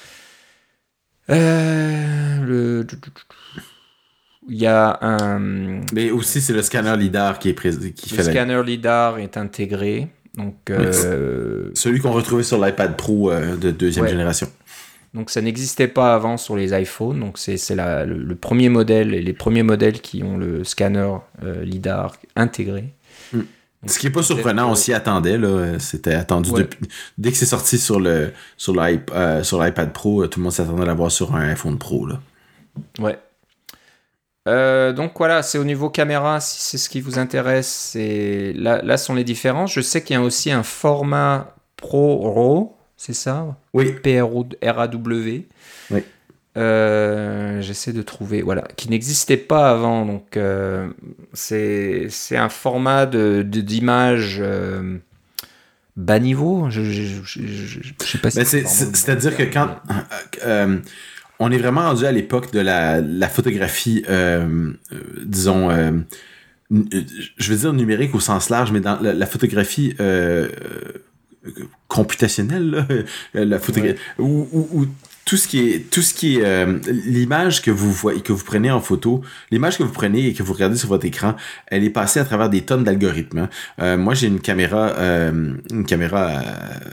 Il y a un... Mais aussi, c'est le scanner LiDAR qui fait le scanner LiDAR est intégré. Donc, celui qu'on retrouvait sur l'iPad Pro de deuxième génération. Donc ça n'existait pas avant sur les iPhones, donc c'est le premier modèle et les premiers modèles qui ont le scanner LiDAR intégré. Donc, ce qui n'est pas surprenant, on s'y attendait, là. C'était attendu depuis. Dès que c'est sorti sur l'iPad Pro, tout le monde s'attendait à l'avoir sur un iPhone Pro, là. Ouais. Donc voilà, c'est au niveau caméra, si c'est ce qui vous intéresse, là sont les différences. Je sais qu'il y a aussi un format Pro RAW. C'est ça? Oui. PRAW. Oui. J'essaie de trouver, qui n'existait pas avant. Donc, c'est un format d'image bas niveau. Je sais pas si c'est-à-dire que quand on est vraiment rendu à l'époque de la photographie, disons, je veux dire numérique au sens large, mais dans la photographie computationnelle, là, la photographie, ou tout ce qui est l'image que vous voyez, que vous prenez en photo, l'image que vous prenez et que vous regardez sur votre écran, elle est passée à travers des tonnes d'algorithmes. Moi, j'ai une caméra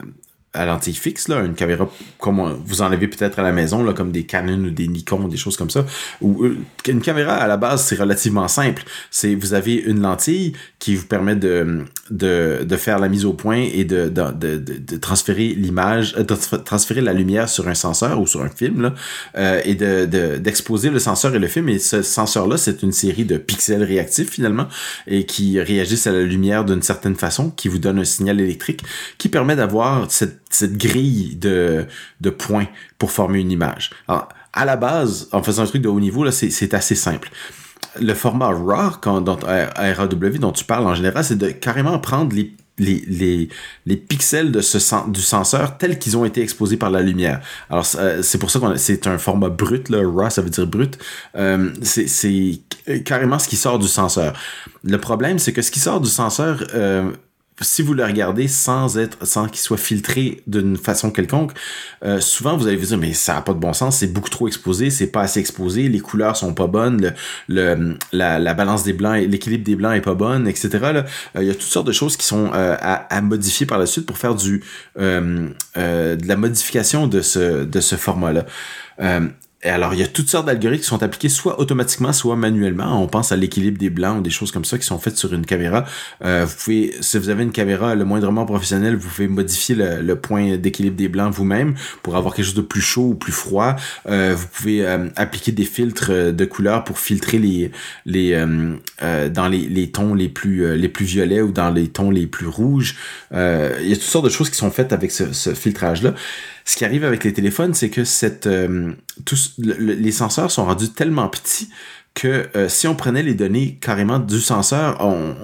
à lentille fixe, là, une caméra comme vous en avez peut-être à la maison, là, comme des Canon ou des Nikon, des choses comme ça, ou une caméra à la base, c'est relativement simple. Vous avez une lentille qui vous permet de faire la mise au point et de transférer l'image, transférer la lumière sur un senseur ou sur un film, là, et d'exposer le senseur et le film. Et ce senseur-là, c'est une série de pixels réactifs finalement, et qui réagissent à la lumière d'une certaine façon, qui vous donne un signal électrique qui permet d'avoir cette grille de points pour former une image. Alors, à la base, en faisant un truc de haut niveau, là, c'est assez simple. Le format RAW, RAW dont tu parles en général, c'est de carrément prendre les pixels du senseur tels qu'ils ont été exposés par la lumière. Alors, c'est pour ça c'est un format brut, là. RAW, ça veut dire brut. C'est carrément ce qui sort du senseur. Le problème, c'est que ce qui sort du senseur, si vous le regardez sans qu'il soit filtré d'une façon quelconque, souvent vous allez vous dire mais ça a pas de bon sens, c'est beaucoup trop exposé, c'est pas assez exposé, les couleurs sont pas bonnes, la balance des blancs, l'équilibre des blancs est pas bonne, etc. Là, il y a toutes sortes de choses qui sont à modifier par la suite pour faire de la modification de ce format-là. Et alors, il y a toutes sortes d'algorithmes qui sont appliqués soit automatiquement, soit manuellement. On pense à l'équilibre des blancs ou des choses comme ça qui sont faites sur une caméra. Si vous avez une caméra le moindrement professionnelle, vous pouvez modifier le point d'équilibre des blancs vous-même pour avoir quelque chose de plus chaud ou plus froid. Vous pouvez appliquer des filtres de couleurs pour filtrer dans les tons les plus violets ou dans les tons les plus rouges. Il y a toutes sortes de choses qui sont faites avec ce filtrage-là. Ce qui arrive avec les téléphones, c'est que les senseurs sont rendus tellement petits que si on prenait les données carrément du senseur,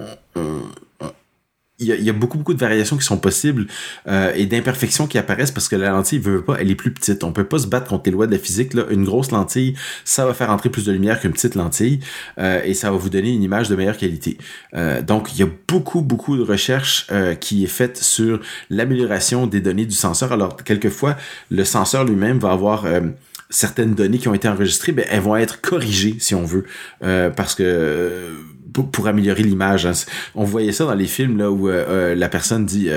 il y a beaucoup de variations qui sont possibles et d'imperfections qui apparaissent parce que la lentille veut pas, elle est plus petite. On peut pas se battre contre les lois de la physique, là. Une grosse lentille, ça va faire entrer plus de lumière qu'une petite lentille et ça va vous donner une image de meilleure qualité. Donc il y a beaucoup de recherches qui est faite sur l'amélioration des données du senseur. Alors quelquefois le senseur lui-même va avoir certaines données qui ont été enregistrées, ben elles vont être corrigées si on veut parce que pour améliorer l'image. Hein. On voyait ça dans les films là où la personne dit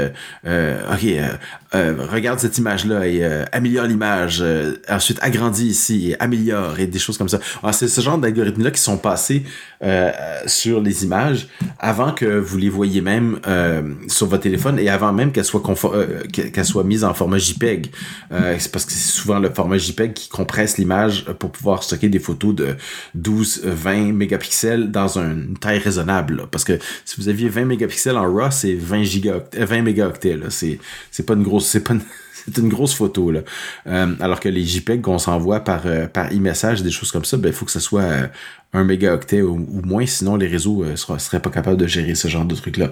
regarde cette image-là et améliore l'image. Ensuite, agrandis ici et améliore et des choses comme ça. Alors, c'est ce genre d'algorithmes-là qui sont passés sur les images avant que vous les voyiez même sur votre téléphone et avant même qu'elles soient mises en format JPEG. C'est parce que c'est souvent le format JPEG qui compresse l'image pour pouvoir stocker des photos de 12-20 mégapixels dans une taille raisonnable. Là. Parce que si vous aviez 20 mégapixels en RAW, c'est 20 mégaoctets. Là. C'est pas une grosse... C'est une grosse photo, là. Alors que les JPEG qu'on s'envoie par e-message, des choses comme ça, ben, il faut que ce soit 1 mégaoctet ou moins, sinon les réseaux seraient pas capables de gérer ce genre de trucs-là.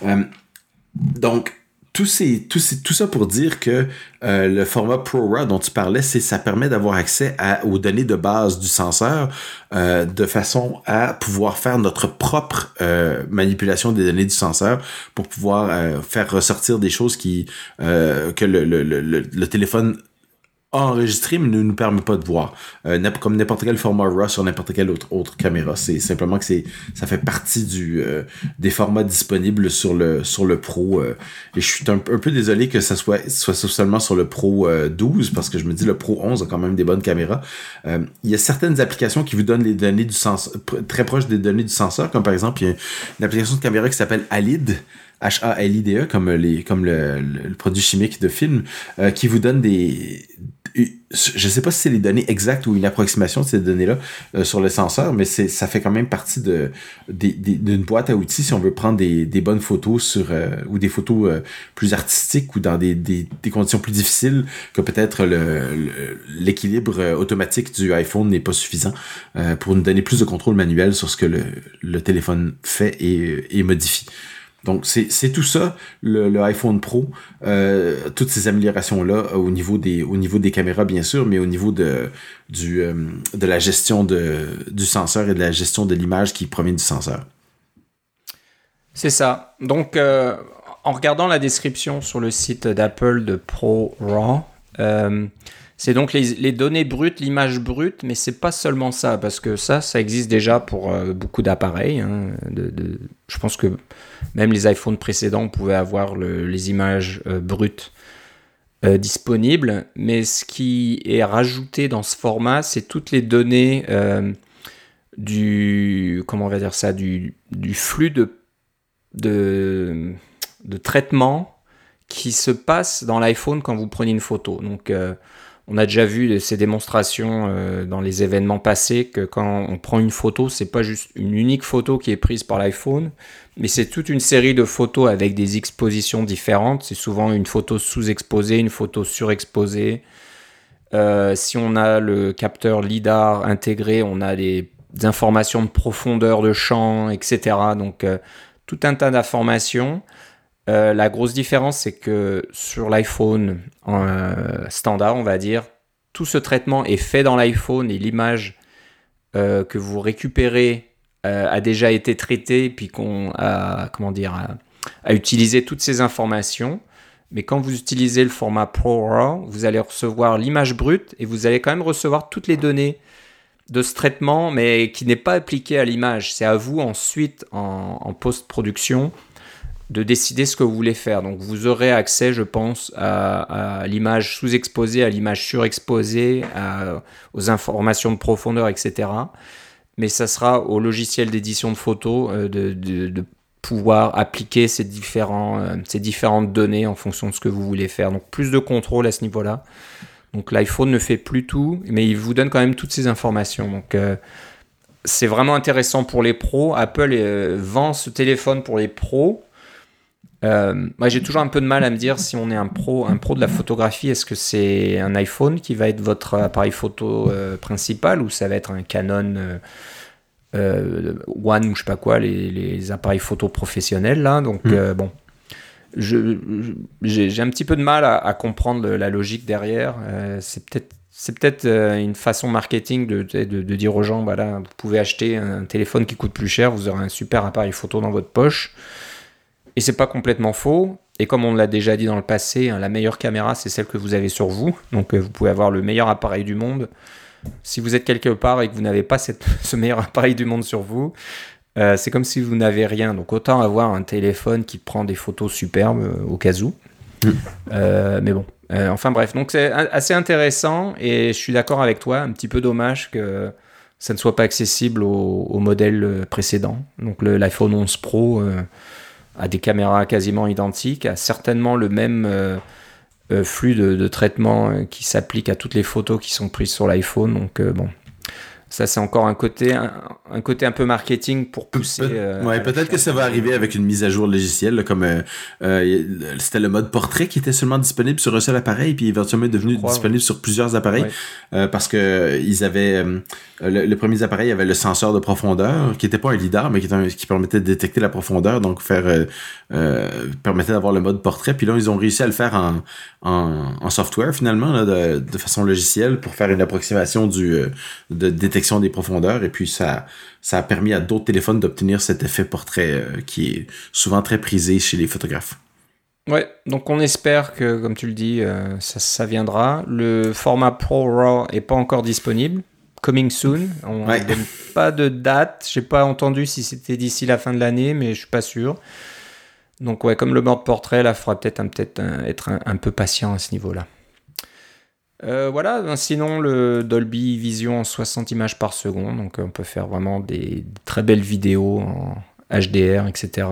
Donc, tout ça pour dire que le format ProRAW dont tu parlais, ça permet d'avoir accès aux données de base du senseur de façon à pouvoir faire notre propre manipulation des données du senseur pour pouvoir faire ressortir des choses que le téléphone enregistré mais ne nous permet pas de voir comme n'importe quel format RAW sur n'importe quelle autre caméra. C'est simplement que ça fait partie des formats disponibles sur le Pro et je suis un peu désolé que ça soit seulement sur le Pro 12 parce que je me dis le Pro 11 a quand même des bonnes caméras. Il y a certaines applications qui vous donnent les données du senseur très proches des données du senseur, comme par exemple il y a une application de caméra qui s'appelle Halide, HALIDE, comme le produit chimique de film, qui vous donne je sais pas si c'est les données exactes ou une approximation de ces données-là sur le senseur, mais ça fait quand même partie d'une boîte à outils si on veut prendre des bonnes photos ou des photos plus artistiques ou dans des conditions plus difficiles que peut-être l'équilibre automatique du iPhone n'est pas suffisant pour nous donner plus de contrôle manuel sur ce que le téléphone fait et modifie. Donc, c'est tout ça, le iPhone Pro, toutes ces améliorations-là au niveau des caméras, bien sûr, mais au niveau de la gestion du senseur et de la gestion de l'image qui provient du senseur. C'est ça. Donc, en regardant la description sur le site d'Apple de ProRAW, c'est donc les données brutes, l'image brute, mais c'est pas seulement ça, parce que ça existe déjà pour beaucoup d'appareils. Hein, je pense que même les iPhones précédents pouvaient avoir les images brutes disponible, mais ce qui est rajouté dans ce format, c'est toutes les données comment on va dire ça, du flux de traitement qui se passe dans l'iPhone quand vous prenez une photo. Donc, on a déjà vu ces démonstrations dans les événements passés que quand on prend une photo, c'est pas juste une unique photo qui est prise par l'iPhone, mais c'est toute une série de photos avec des expositions différentes. C'est souvent une photo sous-exposée, une photo surexposée. Si on a le capteur LiDAR intégré, on a des informations de profondeur de champ, etc. Donc, tout un tas d'informations. La grosse différence, c'est que sur l'iPhone standard, on va dire, tout ce traitement est fait dans l'iPhone et l'image que vous récupérez a déjà été traitée puis qu'on a utilisé toutes ces informations. Mais quand vous utilisez le format ProRAW, vous allez recevoir l'image brute et vous allez quand même recevoir toutes les données de ce traitement, mais qui n'est pas appliqué à l'image. C'est à vous ensuite, en post-production, de décider ce que vous voulez faire. Donc vous aurez accès, je pense, à l'image sous-exposée, à l'image surexposée, aux informations de profondeur, etc. Mais ça sera au logiciel d'édition de photos de pouvoir appliquer ces différentes données en fonction de ce que vous voulez faire. Donc plus de contrôle à ce niveau-là. Donc l'iPhone ne fait plus tout, mais il vous donne quand même toutes ces informations. Donc c'est vraiment intéressant pour les pros. Apple vend ce téléphone pour les pros. Moi j'ai toujours un peu de mal à me dire si on est un pro de la photographie, est-ce que c'est un iPhone qui va être votre appareil photo principal ou ça va être un Canon One ou je sais pas quoi, les appareils photo professionnels là. Donc bon, j'ai un petit peu de mal à comprendre la logique derrière. C'est peut-être une façon marketing de dire aux gens, voilà, vous pouvez acheter un téléphone qui coûte plus cher, vous aurez un super appareil photo dans votre poche. Et c'est pas complètement faux. Et comme on l'a déjà dit dans le passé, la meilleure caméra, c'est celle que vous avez sur vous. Donc vous pouvez avoir le meilleur appareil du monde. Si vous êtes quelque part et que vous n'avez pas ce meilleur appareil du monde sur vous, c'est comme si vous n'avez rien. Donc autant avoir un téléphone qui prend des photos superbes au cas où. Mais bon. Enfin bref, donc c'est assez intéressant et je suis d'accord avec toi. Un petit peu dommage que ça ne soit pas accessible au modèle précédent. Donc l'iPhone 11 Pro a des caméras quasiment identiques, a certainement le même flux de traitement qui s'applique à toutes les photos qui sont prises sur l'iPhone. Donc bon, ça c'est encore un côté un peu marketing pour pousser. Ouais, peut-être que ça va arriver avec une mise à jour logicielle, là, comme c'était le mode portrait qui était seulement disponible sur un seul appareil, puis éventuellement est devenu disponible sur plusieurs appareils, parce que ils avaient le premier appareil avait le senseur de profondeur, qui était pas un lidar, mais qui permettait de détecter la profondeur, donc permettait d'avoir le mode portrait. Puis là, ils ont réussi à le faire en software finalement, là, de façon logicielle pour faire une approximation de détection des profondeurs, et puis ça a permis à d'autres téléphones d'obtenir cet effet portrait qui est souvent très prisé chez les photographes. Ouais, donc on espère que, comme tu le dis, ça viendra. Le format ProRAW est pas encore disponible. Coming soon. On ne donne pas de date. J'ai pas entendu si c'était d'ici la fin de l'année, mais je suis pas sûr. Donc ouais, comme le mode portrait, là, il faudra peut-être être un peu patient à ce niveau-là. Voilà, sinon le Dolby Vision en 60 images par seconde, donc on peut faire vraiment des très belles vidéos en HDR, etc.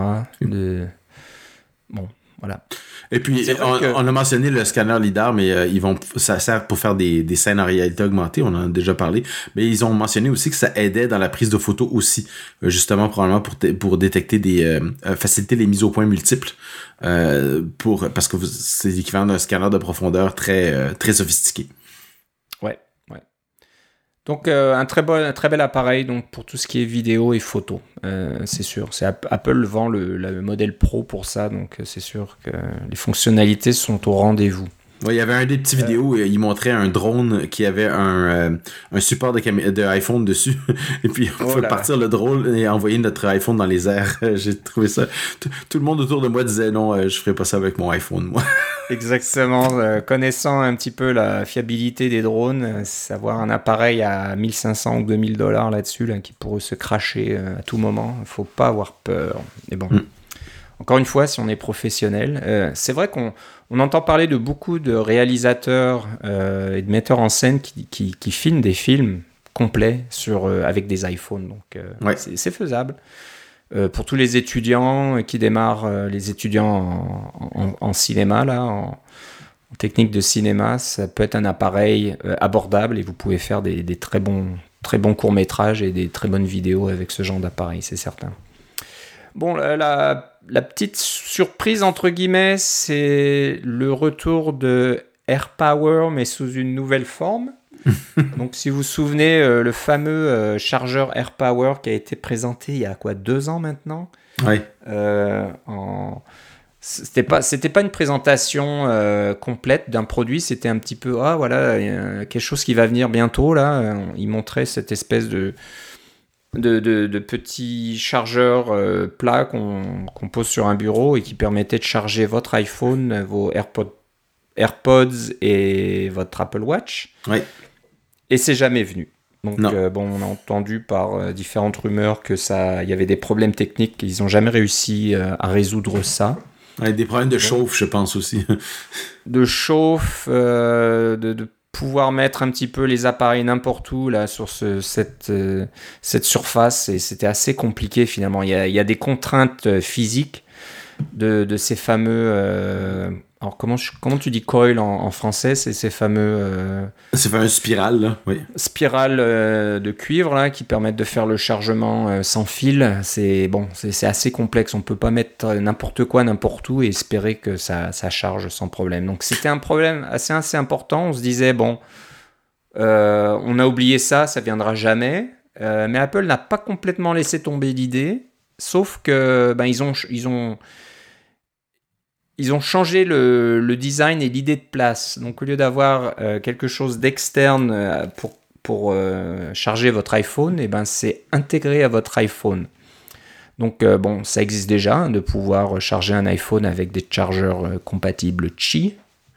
Bon, voilà. Et puis, on a mentionné le scanner LiDAR, mais ça sert pour faire des scènes en réalité augmentée, on en a déjà parlé, mais ils ont mentionné aussi que ça aidait dans la prise de photos aussi, justement, probablement pour détecter faciliter les mises au point multiples, parce que c'est l'équivalent d'un scanner de profondeur très, très sophistiqué. Ouais. Donc, un très bel appareil donc, pour tout ce qui est vidéo et photo, c'est sûr. Apple vend le modèle Pro pour ça, donc c'est sûr que les fonctionnalités sont au rendez-vous. Ouais, il y avait un des petits vidéos où il montrait un drone qui avait un support de iPhone dessus. Et puis, on pouvait partir le drone et envoyer notre iPhone dans les airs. J'ai trouvé ça... Tout le monde autour de moi disait non, je ferais pas ça avec mon iPhone, moi. Exactement. Connaissant un petit peu la fiabilité des drones, savoir un appareil à 1500 ou $2000 là-dessus, là, qui pourrait se crasher à tout moment, il faut pas avoir peur. Mais bon... encore une fois, si on est professionnel, c'est vrai qu'on entend parler de beaucoup de réalisateurs et de metteurs en scène qui filment des films complets avec des iPhones. Donc, c'est faisable. Pour tous les étudiants qui démarrent, les étudiants en cinéma, là, en technique de cinéma, ça peut être un appareil abordable et vous pouvez faire des très bons courts-métrages et des très bonnes vidéos avec ce genre d'appareil, c'est certain. Bon, la petite surprise, entre guillemets, c'est le retour de AirPower, mais sous une nouvelle forme. Donc, si vous vous souvenez, le fameux chargeur AirPower qui a été présenté il y a 2 ans maintenant. Oui. C'était pas une présentation complète d'un produit, c'était un petit peu voilà, quelque chose qui va venir bientôt là. Il montrait cette espèce de petits chargeurs plats qu'on pose sur un bureau et qui permettaient de charger votre iPhone, vos AirPods et votre Apple Watch. Oui. Et c'est jamais venu. Donc, on a entendu par différentes rumeurs que il y avait des problèmes techniques, qu'ils n'ont jamais réussi à résoudre ça. Ouais, des problèmes de chauffe, je pense aussi. De chauffe, de pouvoir mettre un petit peu les appareils n'importe où là, sur cette surface. Et c'était assez compliqué finalement. Il y a des contraintes physiques de ces fameux... alors comment tu dis coil en français? C'est ces fameux... Ces fameuses spirales, là, oui. Spirales de cuivre là, qui permettent de faire le chargement sans fil. C'est assez complexe. On ne peut pas mettre n'importe quoi, n'importe où et espérer que ça charge sans problème. Donc c'était un problème assez important. On se disait, on a oublié ça viendra jamais. Mais Apple n'a pas complètement laissé tomber l'idée, sauf que ils ont changé le design et l'idée de place. Donc, au lieu d'avoir quelque chose d'externe pour charger votre iPhone, c'est intégré à votre iPhone. Donc, ça existe déjà, de pouvoir charger un iPhone avec des chargeurs compatibles Qi.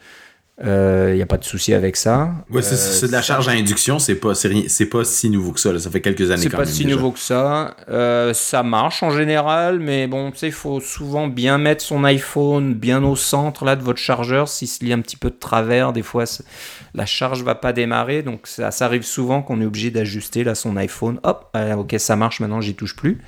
Il n'y a pas de souci avec ça. Ouais, c'est de la charge à induction, c'est pas si nouveau que ça. Là. Ça fait quelques années quand même. C'est pas si nouveau que ça. Ça marche en général, mais il faut souvent bien mettre son iPhone bien au centre là, de votre chargeur. S'il se lie un petit peu de travers, des fois la charge va pas démarrer. Donc ça arrive souvent qu'on est obligé d'ajuster là, son iPhone. Hop, ok, ça marche maintenant, j'y touche plus.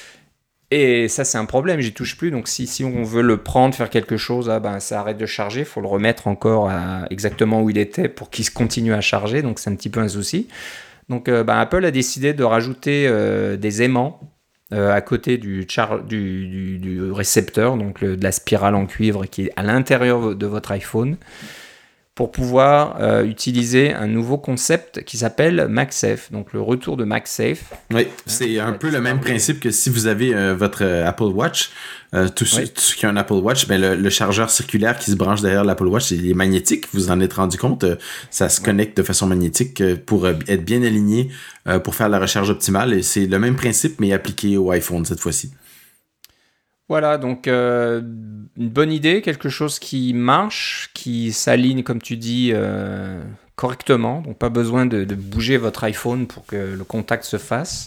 Et ça, c'est un problème, j'y touche plus. Donc, si on veut le prendre, faire quelque chose, ça arrête de charger. Il faut le remettre encore exactement où il était pour qu'il continue à charger. Donc, c'est un petit peu un souci. Donc, Apple a décidé de rajouter des aimants à côté du récepteur, donc de la spirale en cuivre qui est à l'intérieur de votre iPhone, pour pouvoir utiliser un nouveau concept qui s'appelle MagSafe, donc le retour de MagSafe. Oui, c'est un peu le même principe que si vous avez votre Apple Watch. Tous ceux qui ont un Apple Watch, le chargeur circulaire qui se branche derrière l'Apple Watch, il est magnétique, vous en êtes rendu compte, ça se connecte de façon magnétique pour être bien aligné pour faire la recharge optimale, et c'est le même principe mais appliqué au iPhone cette fois-ci. Voilà, donc une bonne idée, quelque chose qui marche, qui s'aligne, comme tu dis, correctement. Donc pas besoin de bouger votre iPhone pour que le contact se fasse.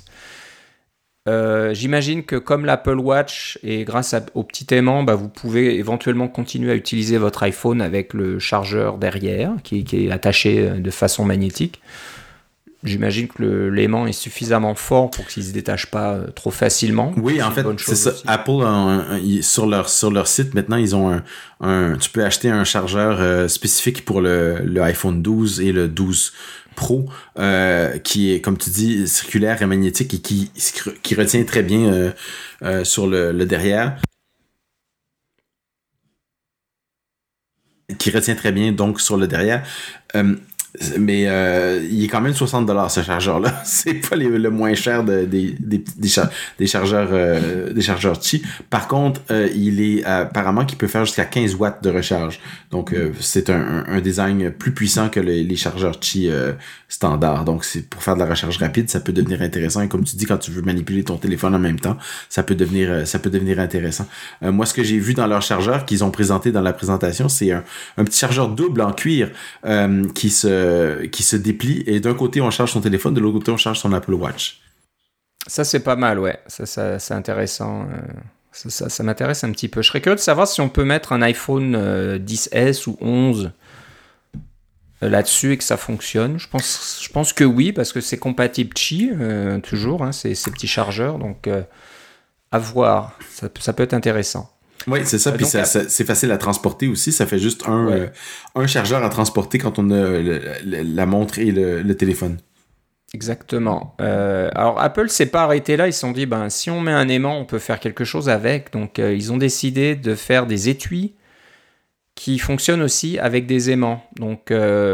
J'imagine que comme l'Apple Watch et grâce au petit aimant, vous pouvez éventuellement continuer à utiliser votre iPhone avec le chargeur derrière qui est attaché de façon magnétique. J'imagine que l'aimant est suffisamment fort pour qu'il ne se détache pas trop facilement. Oui, en fait, c'est ça. Aussi. Apple, sur leur site, maintenant, ils ont tu peux acheter un chargeur spécifique pour le iPhone 12 et le 12 Pro, qui est, comme tu dis, circulaire et magnétique et qui retient très bien sur le derrière. Qui retient très bien, donc, sur le derrière. Mais il est quand même 60$ ce chargeur-là. C'est pas le moins cher des chargeurs Qi. Par contre, il est apparemment qu'il peut faire jusqu'à 15 watts de recharge. Donc c'est un design plus puissant que les chargeurs Qi standard. Donc c'est pour faire de la recharge rapide, ça peut devenir intéressant. Et comme tu dis, quand tu veux manipuler ton téléphone en même temps, ça peut devenir intéressant. Moi, ce que j'ai vu dans leur chargeur qu'ils ont présenté dans la présentation, c'est un petit chargeur double en cuir qui se déplie, et d'un côté on charge son téléphone, de l'autre côté on charge son Apple Watch. Ça c'est pas mal, ouais. Ça c'est intéressant. Ça m'intéresse un petit peu. Je serais curieux de savoir si on peut mettre un iPhone 10S ou 11 là-dessus et que ça fonctionne. Je pense que oui, parce que c'est compatible Qi, toujours, hein, ces petits chargeurs. Donc, à voir. Ça peut être intéressant. Oui, c'est ça. Puis c'est facile à transporter aussi. Ça fait juste un chargeur à transporter quand on a la montre et le téléphone. Exactement. Alors Apple s'est pas arrêté là, ils se sont dit si on met un aimant, on peut faire quelque chose avec. Donc ils ont décidé de faire des étuis qui fonctionnent aussi avec des aimants. Donc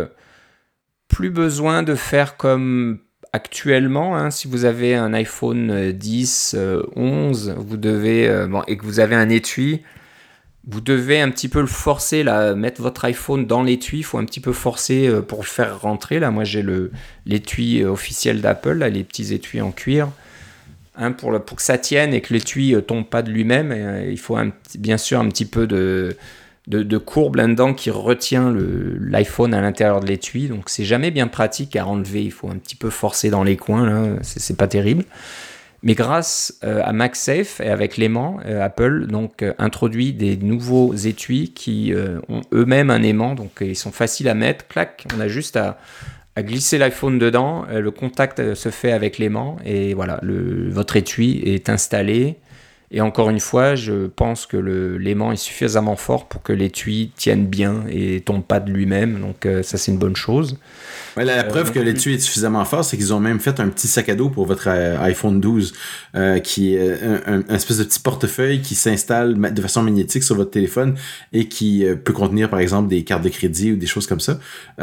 plus besoin de faire comme actuellement, hein, si vous avez un iPhone 10, 11, vous devez et que vous avez un étui, vous devez un petit peu le forcer, là, mettre votre iPhone dans l'étui. Il faut un petit peu forcer pour le faire rentrer. Là, moi, j'ai l'étui officiel d'Apple, là, les petits étuis en cuir. Hein, pour que ça tienne et que l'étui tombe pas de lui-même, il faut bien sûr un petit peu de courbe là-dedans qui retient l'iPhone à l'intérieur de l'étui. Donc, c'est jamais bien pratique à enlever. Il faut un petit peu forcer dans les coins. Là. C'est pas terrible. Mais grâce à MagSafe et avec l'aimant, Apple introduit des nouveaux étuis qui ont eux-mêmes un aimant, donc ils sont faciles à mettre. Clac, on a juste à glisser l'iPhone dedans, le contact se fait avec l'aimant et voilà, votre étui est installé. Et encore une fois, je pense que l'aimant est suffisamment fort pour que l'étui tienne bien et tombe pas de lui-même. Donc ça, c'est une bonne chose. Ouais, la preuve que l'étui est suffisamment fort, c'est qu'ils ont même fait un petit sac à dos pour votre iPhone 12 qui est un espèce de petit portefeuille qui s'installe de façon magnétique sur votre téléphone et qui peut contenir, par exemple, des cartes de crédit ou des choses comme ça.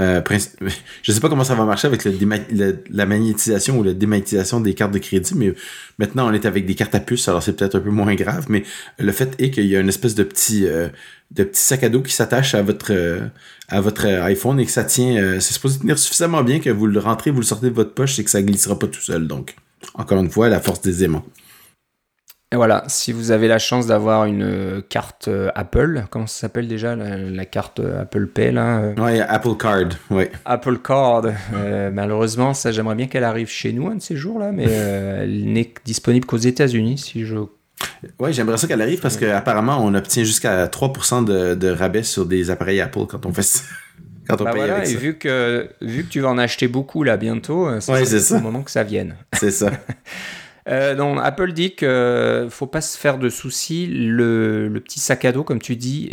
Je sais pas comment ça va marcher avec la magnétisation ou la démagnétisation des cartes de crédit, mais maintenant, on est avec des cartes à puce, alors c'est peut-être un peu moins grave, mais le fait est qu'il y a une espèce de petit sac à dos qui s'attache à votre iPhone et que ça tient, c'est supposé tenir suffisamment bien que vous le rentrez, vous le sortez de votre poche et que ça glissera pas tout seul. Donc, encore une fois, la force des aimants. Et voilà, si vous avez la chance d'avoir une carte Apple, comment ça s'appelle déjà, la carte Apple Pay là Ouais, Apple Card, ouais. Apple Card, malheureusement, ça j'aimerais bien qu'elle arrive chez nous un de ces jours là, mais elle n'est disponible qu'aux États-Unis, si je. Ouais, j'aimerais ça qu'elle arrive parce qu'apparemment, on obtient jusqu'à 3% de rabais sur des appareils Apple quand on fait ça. Quand on paye voilà, avec ça. et vu que tu vas en acheter beaucoup là bientôt, c'est le moment que ça vienne. C'est ça. Donc Apple dit qu'il faut pas se faire de soucis, le petit sac à dos comme tu dis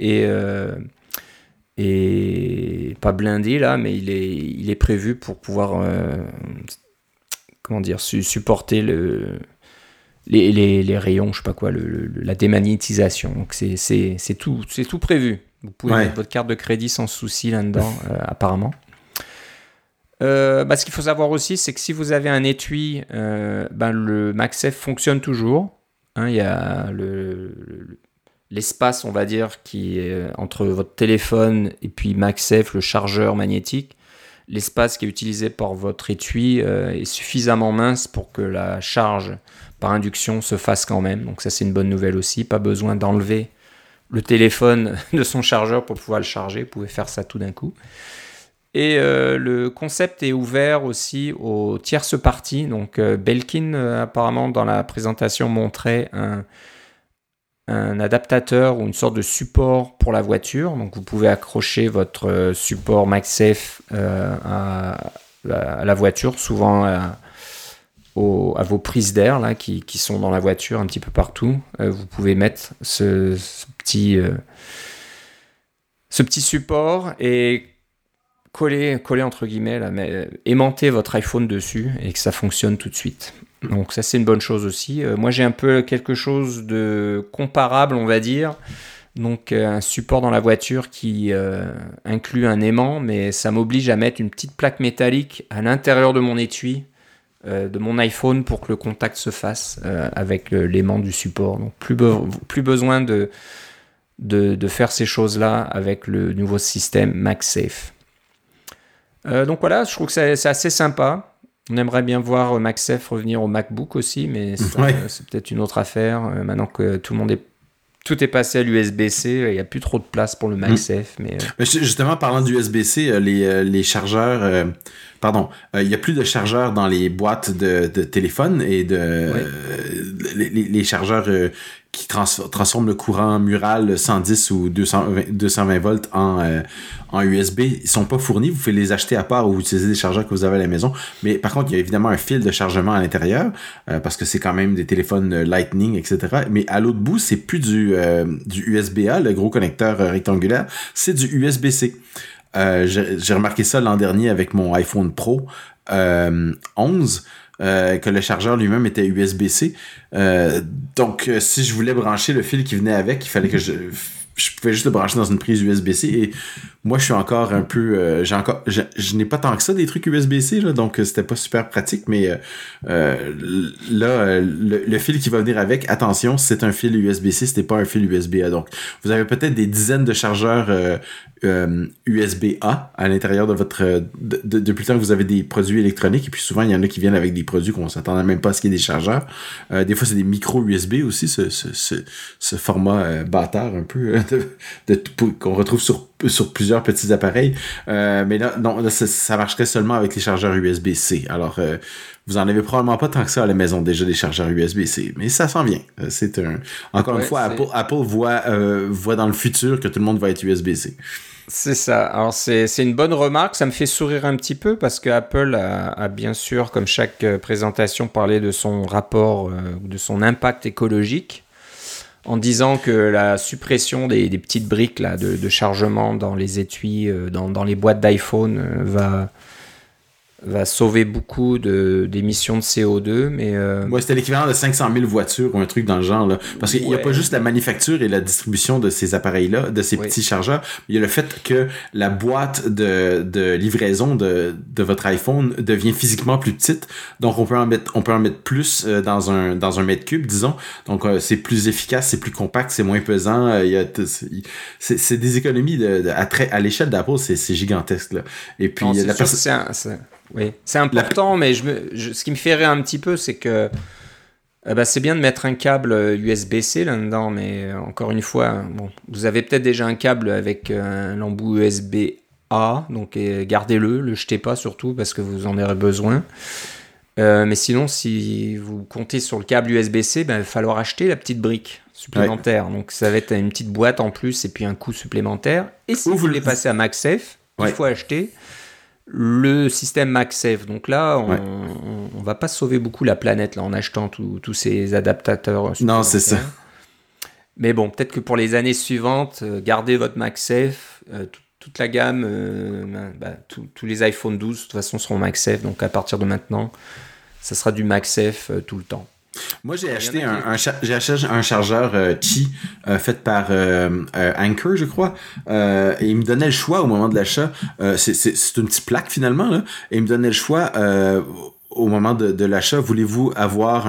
est pas blindé là, mais il est prévu pour pouvoir supporter les rayons, je sais pas quoi, la démagnétisation. Donc c'est tout prévu. Vous pouvez mettre votre carte de crédit sans souci là-dedans, apparemment. Ce qu'il faut savoir aussi, c'est que si vous avez un étui, le MagSafe fonctionne toujours. Hein, il y a l'espace, on va dire, qui est entre votre téléphone et puis MagSafe, le chargeur magnétique. L'espace qui est utilisé par votre étui est suffisamment mince pour que la charge par induction se fasse quand même. Donc ça, c'est une bonne nouvelle aussi. Pas besoin d'enlever le téléphone de son chargeur pour pouvoir le charger. Vous pouvez faire ça tout d'un coup. Et le concept est ouvert aussi aux tierces parties. Donc Belkin, apparemment, dans la présentation, montrait un adaptateur ou une sorte de support pour la voiture. Donc vous pouvez accrocher votre support MagSafe à la voiture, souvent à vos prises d'air là, qui sont dans la voiture un petit peu partout. Vous pouvez mettre ce petit support et coller entre guillemets, là, mais aimanter votre iPhone dessus et que ça fonctionne tout de suite. Donc ça, c'est une bonne chose aussi. Moi, j'ai un peu quelque chose de comparable, on va dire. Donc un support dans la voiture qui inclut un aimant, mais ça m'oblige à mettre une petite plaque métallique à l'intérieur de mon étui, de mon iPhone, pour que le contact se fasse avec l'aimant du support. Donc plus besoin de faire ces choses-là avec le nouveau système MagSafe. Donc voilà, je trouve que c'est assez sympa. On aimerait bien voir MagSafe revenir au MacBook aussi, mais c'est peut-être une autre affaire. Maintenant que tout est passé à l'USB-C, il n'y a plus trop de place pour le MagSafe. Mais justement, parlant d'USB-C, les chargeurs... il n'y a plus de chargeurs dans les boîtes de téléphone et les chargeurs qui transforment le courant mural 110 ou 220 volts en USB, ils sont pas fournis. Vous pouvez les acheter à part ou vous utilisez des chargeurs que vous avez à la maison. Mais par contre, il y a évidemment un fil de chargement à l'intérieur parce que c'est quand même des téléphones Lightning, etc. Mais à l'autre bout, c'est plus du USB-A, le gros connecteur rectangulaire, c'est du USB-C. J'ai remarqué ça l'an dernier avec mon iPhone Pro 11. Que le chargeur lui-même était USB-C. Donc, si je voulais brancher le fil qui venait avec, il fallait que je pouvais juste le brancher dans une prise USB-C. Et moi, je suis encore un peu... je n'ai pas tant que ça des trucs USB-C, là, donc c'était pas super pratique. Mais là, le fil qui va venir avec, attention, c'est un fil USB-C, c'était pas un fil USB-A. Donc, vous avez peut-être des dizaines de chargeurs USB-A à l'intérieur de votre... depuis le temps que vous avez des produits électroniques. Et puis souvent, il y en a qui viennent avec des produits qu'on s'attendait même pas à ce qu'il y ait des chargeurs. Des fois, c'est des micro-USB aussi, ce format bâtard un peu qu'on retrouve sur plusieurs petits appareils. Mais là, non, là, ça marcherait seulement avec les chargeurs USB-C. Alors, vous en avez probablement pas tant que ça à la maison déjà des chargeurs USB-C, mais ça s'en vient. Encore une fois, Apple voit dans le futur que tout le monde va être USB-C. C'est ça. Alors c'est une bonne remarque. Ça me fait sourire un petit peu parce que Apple a bien sûr, comme chaque présentation, parlé de son rapport, de son impact écologique, en disant que la suppression des petites briques là, de chargement dans les étuis, dans les boîtes d'iPhone va sauver beaucoup d'émissions de CO2, mais... Ouais, c'était l'équivalent de 500 000 voitures ou un truc dans le genre, là. Parce qu'il n'y a pas juste la manufacture et la distribution de ces appareils-là, de ces petits chargeurs, il y a le fait que la boîte de livraison de votre iPhone devient physiquement plus petite, donc on peut en mettre plus dans un mètre cube, disons. Donc c'est plus efficace, c'est plus compact, c'est moins pesant. C'est des économies à l'échelle d'Apple, c'est gigantesque, là. Et puis oui, c'est important, mais ce qui me fait rire un petit peu, c'est que c'est bien de mettre un câble USB-C là-dedans, mais encore une fois, bon, vous avez peut-être déjà un câble avec un embout USB-A, donc gardez-le, le jetez pas surtout parce que vous en aurez besoin. Mais sinon, si vous comptez sur le câble USB-C, il va falloir acheter la petite brique supplémentaire. Ouais. Donc ça va être une petite boîte en plus et puis un coût supplémentaire. Et si vous voulez passer à MagSafe, il faut acheter le système MagSafe. Donc là, on va pas sauver beaucoup la planète là, en achetant tous ces adaptateurs. Non, c'est ça. Mais bon, peut-être que pour les années suivantes, gardez votre MagSafe. Toute la gamme, tous les iPhone 12 de toute façon seront MagSafe. Donc à partir de maintenant, ça sera du MagSafe tout le temps. Moi, j'ai acheté un chargeur Qi fait par Anker, je crois. Et il me donnait le choix au moment de l'achat. C'est une petite plaque finalement, là. Et il me donnait le choix au moment de l'achat. Voulez-vous avoir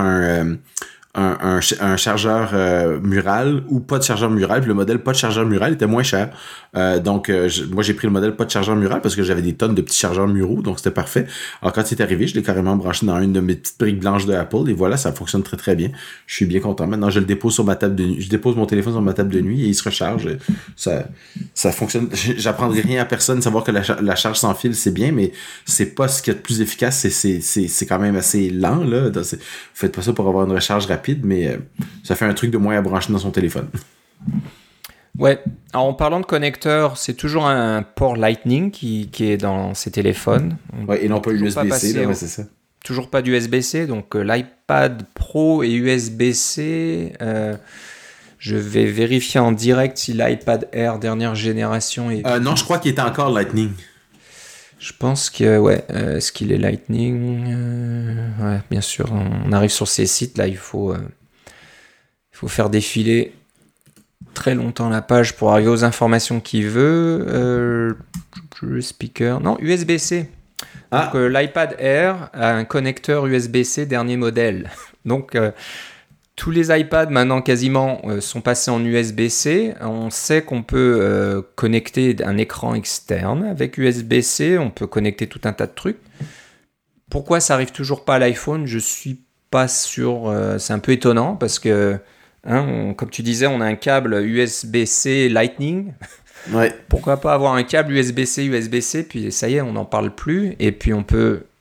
un chargeur mural ou pas de chargeur mural? Puis le modèle pas de chargeur mural était moins cher. Donc, moi, j'ai pris le modèle pas de chargeur mural parce que j'avais des tonnes de petits chargeurs muraux, donc c'était parfait. Alors, quand il est arrivé, je l'ai carrément branché dans une de mes petites briques blanches de Apple et voilà, ça fonctionne très, très bien. Je suis bien content. Maintenant, je le dépose sur ma table de nuit. Je dépose mon téléphone sur ma table de nuit et il se recharge. Ça fonctionne. J'apprendrai rien à personne. Savoir que la charge sans fil, c'est bien, mais c'est pas ce qu'il y a de plus efficace. C'est quand même assez lent, là. Faites pas ça pour avoir une recharge rapide, mais ça fait un truc de moins à brancher dans son téléphone. Ouais, alors en parlant de connecteurs, c'est toujours un port Lightning qui est dans ces téléphones. Ouais, et non pas USB-C, là, c'est ça. Toujours pas d'USB-C, donc l'iPad Pro et USB-C. Je vais vérifier en direct si l'iPad Air dernière génération est... non, je crois qu'il était encore Lightning. Je pense que, est-ce qu'il est Lightning ouais, bien sûr, on arrive sur ces sites, là, il faut faire défiler très longtemps la page pour arriver aux informations qu'il veut. Speaker, non, USB-C. Donc, l'iPad Air a un connecteur USB-C dernier modèle. Donc, tous les iPads maintenant quasiment sont passés en USB-C. On sait qu'on peut connecter un écran externe avec USB-C. On peut connecter tout un tas de trucs. Pourquoi ça arrive toujours pas à l'iPhone? Je suis pas sûr. C'est un peu étonnant parce que, comme tu disais, on a un câble USB-C Lightning. Ouais. Pourquoi pas avoir un câble USB-C, puis ça y est, on n'en parle plus. Et puis on peut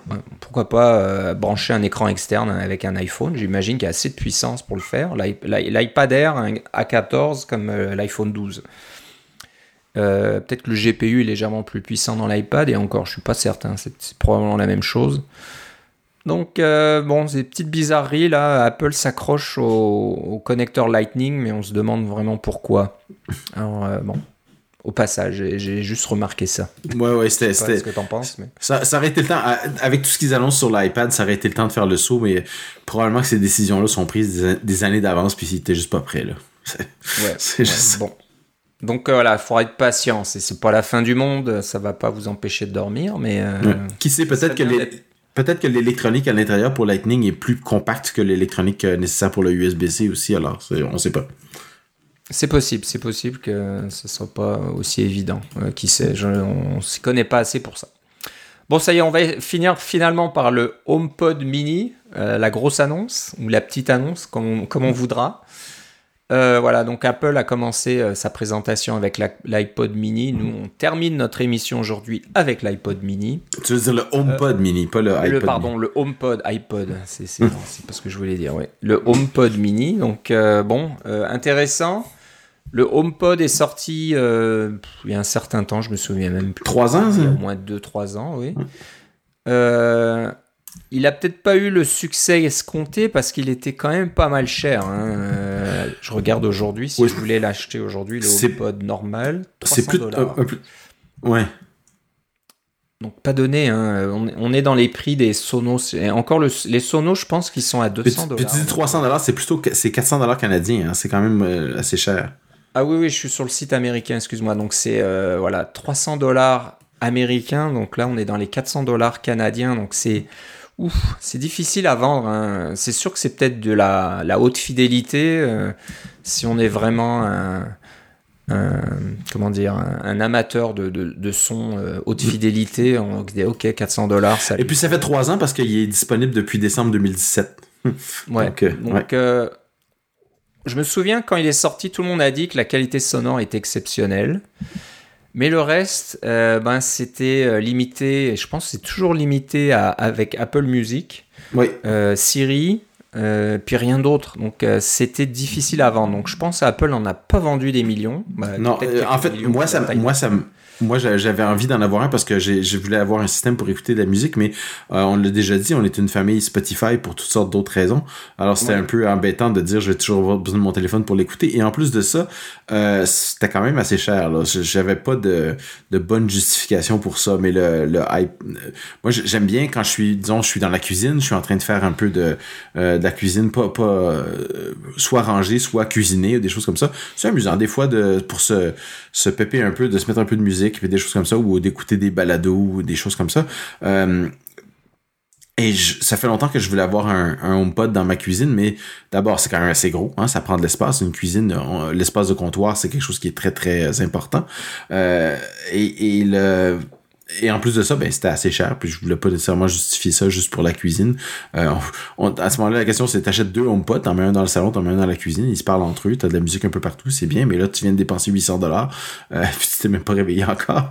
pourquoi pas brancher un écran externe avec un iPhone. J'imagine qu'il y a assez de puissance pour le faire. L'iPad Air A14 comme l'iPhone 12. Peut-être que le GPU est légèrement plus puissant dans l'iPad, et encore, je suis pas certain. C'est probablement la même chose. Donc, ces petites bizarreries, là, Apple s'accroche au connecteur Lightning, mais on se demande vraiment pourquoi. Alors, au passage, j'ai juste remarqué ça. Ouais, c'était... Je sais pas ce que t'en penses, mais... Ça aurait été le temps, avec tout ce qu'ils annoncent sur l'iPad, ça aurait été le temps de faire le saut, mais probablement que ces décisions-là sont prises des années d'avance, puis ils étaient juste pas prêts, là. C'est juste ça. Bon. Donc voilà, il faudra être patient. C'est pas la fin du monde, ça va pas vous empêcher de dormir, mais... Qui sait, peut-être que l'électronique à l'intérieur pour Lightning est plus compacte que l'électronique nécessaire pour le USB-C aussi, alors on sait pas. C'est possible que ce soit pas aussi évident. Qui sait, on s'y connaît pas assez pour ça. Bon, ça y est, on va finir finalement par le HomePod Mini, la grosse annonce, ou la petite annonce, comme on voudra. Voilà, donc Apple a commencé sa présentation avec l'iPod Mini. Nous, on termine notre émission aujourd'hui avec l'iPod Mini. Tu veux dire le HomePod Mini, pas le iPod Pardon, le HomePod iPod. C'est pas ce que je voulais dire, ouais. Le HomePod Mini, donc intéressant. Le HomePod est sorti il y a un certain temps, je me souviens même plus. 3 ans, ça? Il y a au moins 2-3 ans, oui. Il a peut-être pas eu le succès escompté parce qu'il était quand même pas mal cher. Je regarde aujourd'hui, si je voulais l'acheter aujourd'hui, le HomePod normal, $300. Ouais. Donc pas donné, on est dans les prix des Sonos. Et encore les Sonos, je pense qu'ils sont à $200. Puis tu dis $300, c'est $400 canadiens, hein, c'est quand même assez cher. Ah oui, je suis sur le site américain, excuse-moi. Donc c'est $300 américains. Donc là, on est dans les $400 canadiens. Donc c'est difficile à vendre. Hein. C'est sûr que c'est peut-être de la haute fidélité. Si on est vraiment un amateur de son haute fidélité, on dit ok, $400, ça. Et puis ça fait 3 ans parce qu'il est disponible depuis décembre 2017. Ouais. Donc je me souviens quand il est sorti, tout le monde a dit que la qualité sonore était exceptionnelle. Mais le reste, c'était limité, et je pense que c'est toujours limité avec Apple Music, oui. Siri, puis rien d'autre. Donc c'était difficile à vendre. Donc je pense qu'Apple n'en a pas vendu des millions. Non, en fait, moi, j'avais envie d'en avoir un parce que je voulais avoir un système pour écouter de la musique, mais on l'a déjà dit, on est une famille Spotify pour toutes sortes d'autres raisons. Alors, c'était un peu embêtant de dire je vais toujours avoir besoin de mon téléphone pour l'écouter. Et en plus de ça, c'était quand même assez cher. Là. J'avais pas de bonne justification pour ça, mais moi, j'aime bien quand je suis dans la cuisine, je suis en train de faire un peu de la cuisine, pas soit ranger, soit cuisiner, des choses comme ça. C'est amusant. Des fois, pour se pépper un peu, de se mettre un peu de musique, puis des choses comme ça, ou d'écouter des balados, ou des choses comme ça. Et ça fait longtemps que je voulais avoir un HomePod dans ma cuisine, mais d'abord, c'est quand même assez gros, hein, ça prend de l'espace. Une cuisine, l'espace de comptoir, c'est quelque chose qui est très, très important. Et en plus de ça, c'était assez cher, puis je voulais pas nécessairement justifier ça juste pour la cuisine. À ce moment-là, la question, c'est t'achètes 2 HomePod, t'en mets un dans le salon, t'en mets un dans la cuisine, ils se parlent entre eux, t'as de la musique un peu partout, c'est bien, mais là, tu viens de dépenser $800, puis tu t'es même pas réveillé encore.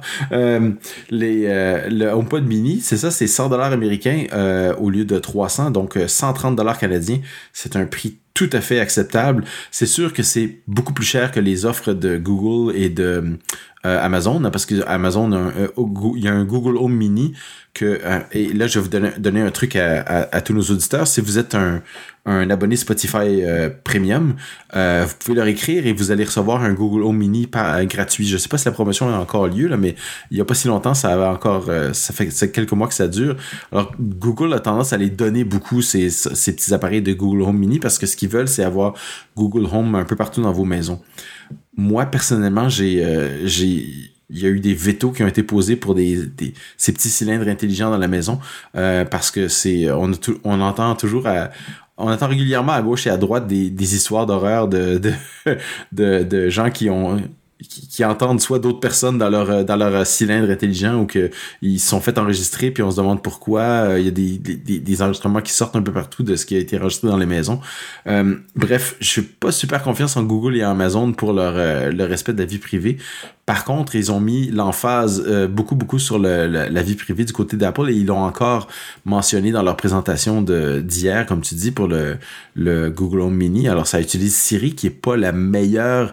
Le HomePod mini, c'est ça, c'est $100 américains au lieu de 300, donc $130 canadiens. C'est un prix tout à fait acceptable. C'est sûr que c'est beaucoup plus cher que les offres de Google et de Amazon, parce que Amazon il y a un Google Home Mini et là je vais vous donner un truc à tous nos auditeurs. Si vous êtes un abonné Spotify Premium, vous pouvez leur écrire et vous allez recevoir un Google Home Mini gratuit. Je sais pas si la promotion a encore lieu là, mais il y a pas si longtemps, ça fait quelques mois que ça dure. Alors Google a tendance à les donner beaucoup ces petits appareils de Google Home Mini parce que ce qu'ils veulent, c'est avoir Google Home un peu partout dans vos maisons. Moi, personnellement, il y a eu des vétos qui ont été posés pour ces petits cylindres intelligents dans la maison, parce que on entend régulièrement à gauche et à droite des histoires d'horreur de gens qui entendent soit d'autres personnes dans leur cylindre intelligent ou que ils se sont fait enregistrer puis on se demande pourquoi. Il y a des enregistrements qui sortent un peu partout de ce qui a été enregistré dans les maisons. Bref, je suis pas super confiance en Google et Amazon pour leur respect de la vie privée. Par contre, ils ont mis l'emphase beaucoup sur la vie privée du côté d'Apple et ils l'ont encore mentionné dans leur présentation d'hier, comme tu dis, pour le Google Home Mini. Alors, ça utilise Siri, qui est pas la meilleure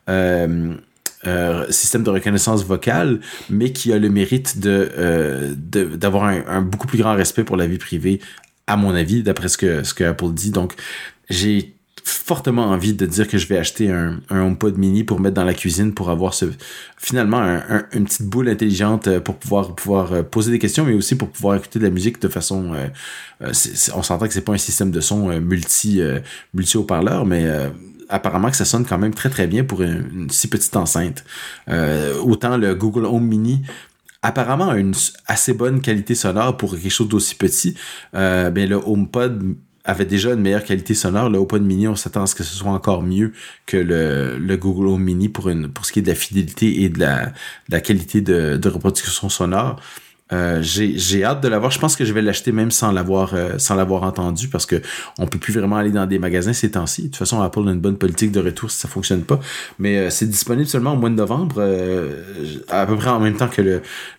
système de reconnaissance vocale, mais qui a le mérite d'avoir un beaucoup plus grand respect pour la vie privée, à mon avis, d'après ce que Apple dit. Donc, j'ai fortement envie de dire que je vais acheter un HomePod mini pour mettre dans la cuisine pour avoir finalement une petite boule intelligente pour pouvoir poser des questions, mais aussi pour pouvoir écouter de la musique de façon on s'entend que c'est pas un système de son multi haut-parleur, mais apparemment que ça sonne quand même très très bien pour une si petite enceinte. Autant le Google Home Mini apparemment a une assez bonne qualité sonore pour quelque chose d'aussi petit. Ben le HomePod avait déjà une meilleure qualité sonore. Le HomePod Mini, on s'attend à ce que ce soit encore mieux que le Google Home Mini pour ce qui est de la fidélité et de la qualité de reproduction sonore. J'ai hâte de l'avoir. Je pense que je vais l'acheter même sans l'avoir entendu parce que on peut plus vraiment aller dans des magasins ces temps-ci. De toute façon, Apple a une bonne politique de retour si ça fonctionne pas. Mais c'est disponible seulement au mois de novembre, à peu près en même temps que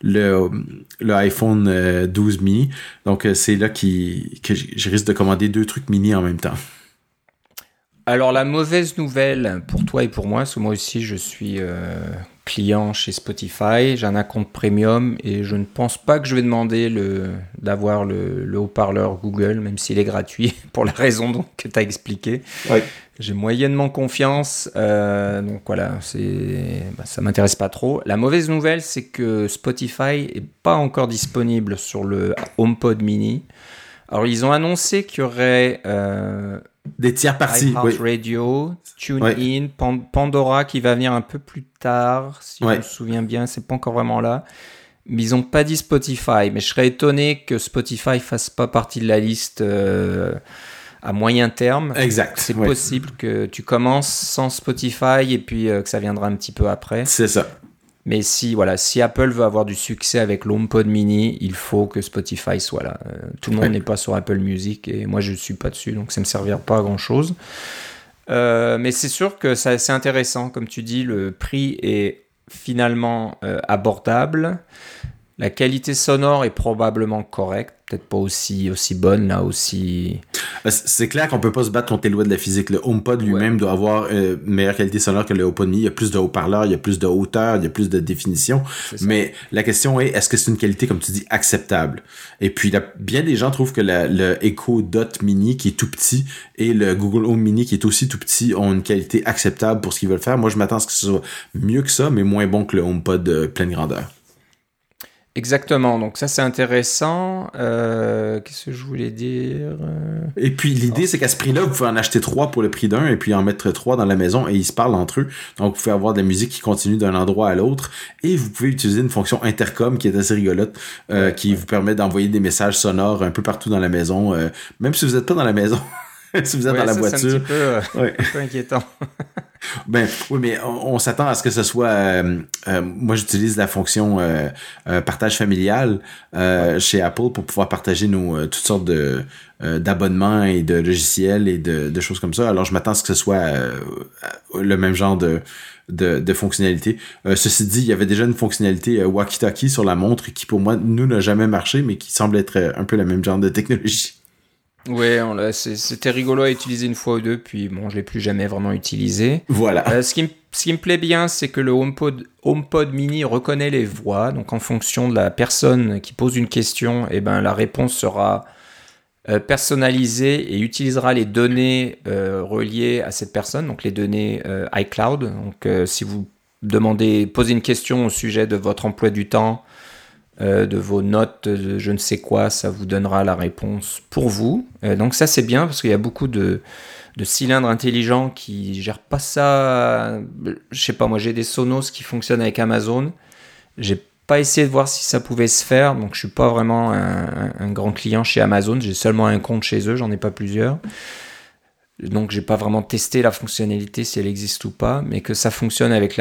le iPhone 12 mini. Donc c'est là que je risque de commander 2 trucs mini en même temps. Alors la mauvaise nouvelle pour toi et pour moi, parce que moi aussi je suis client chez Spotify, j'ai un compte premium et je ne pense pas que je vais demander d'avoir le haut-parleur Google, même s'il est gratuit, pour la raison que tu as expliqué. Ouais. J'ai moyennement confiance, donc voilà, ça m'intéresse pas trop. La mauvaise nouvelle, c'est que Spotify est pas encore disponible sur le HomePod mini. Alors ils ont annoncé qu'il y aurait des tiers parties, iHeartRadio, TuneIn, Pandora qui va venir un peu plus tard, si je me souviens bien, c'est pas encore vraiment là. Mais ils ont pas dit Spotify, mais je serais étonné que Spotify fasse pas partie de la liste à moyen terme. Exact. C'est possible que tu commences sans Spotify et puis que ça viendra un petit peu après. C'est ça. Mais si Apple veut avoir du succès avec l'HomePod mini, il faut que Spotify soit là. Tout le monde n'est pas sur Apple Music et moi je ne suis pas dessus, donc ça ne me servira pas à grand chose. Mais c'est sûr que c'est intéressant, comme tu dis, le prix est finalement abordable. La qualité sonore est probablement correcte, peut-être pas aussi bonne là aussi. C'est clair qu'on peut pas se battre contre les lois de la physique. Le HomePod lui-même doit avoir une meilleure qualité sonore que le HomePod mini. Il y a plus de haut-parleurs, il y a plus de hauteur, il y a plus de définition. Mais la question est ce que c'est une qualité, comme tu dis, acceptable? Et puis bien des gens trouvent que le Echo Dot Mini qui est tout petit et le Google Home Mini qui est aussi tout petit ont une qualité acceptable pour ce qu'ils veulent faire. Moi, je m'attends à ce que ce soit mieux que ça, mais moins bon que le HomePod pleine grandeur. Exactement, donc ça c'est intéressant. Qu'est-ce que je voulais dire? Et puis l'idée c'est qu'à ce prix-là, vous pouvez en acheter 3 pour le prix d'un et puis en mettre 3 dans la maison et ils se parlent entre eux. Donc vous pouvez avoir de la musique qui continue d'un endroit à l'autre et vous pouvez utiliser une fonction intercom qui est assez rigolote, qui vous permet d'envoyer des messages sonores un peu partout dans la maison, même si vous n'êtes pas dans la maison. Si vous êtes dans la voiture. C'est un peu inquiétant. Ben oui, mais on s'attend à ce que ce soit moi j'utilise la fonction partage familial chez Apple pour pouvoir partager toutes sortes d'abonnements et de logiciels et de choses comme ça. Alors je m'attends à ce que ce soit le même genre de fonctionnalité. Ceci dit, il y avait déjà une fonctionnalité walkie-talkie sur la montre qui pour moi n'a jamais marché mais qui semble être un peu le même genre de technologie. Oui, c'était rigolo à utiliser une fois ou deux, puis bon, je l'ai plus jamais vraiment utilisé. Voilà. Ce qui me plaît bien, c'est que le HomePod mini reconnaît les voix, donc en fonction de la personne qui pose une question, la réponse sera personnalisée et utilisera les données reliées à cette personne, donc les données iCloud. Donc si vous posez une question au sujet de votre emploi du temps, de vos notes, de je ne sais quoi, ça vous donnera la réponse pour vous. Donc ça c'est bien parce qu'il y a beaucoup de cylindres intelligents qui gèrent pas ça. Je sais pas, moi j'ai des Sonos qui fonctionnent avec Amazon. J'ai pas essayé de voir si ça pouvait se faire, donc je suis pas vraiment un grand client chez Amazon. J'ai seulement un compte chez eux, j'en ai pas plusieurs. Donc j'ai pas vraiment testé la fonctionnalité si elle existe ou pas, mais que ça fonctionne avec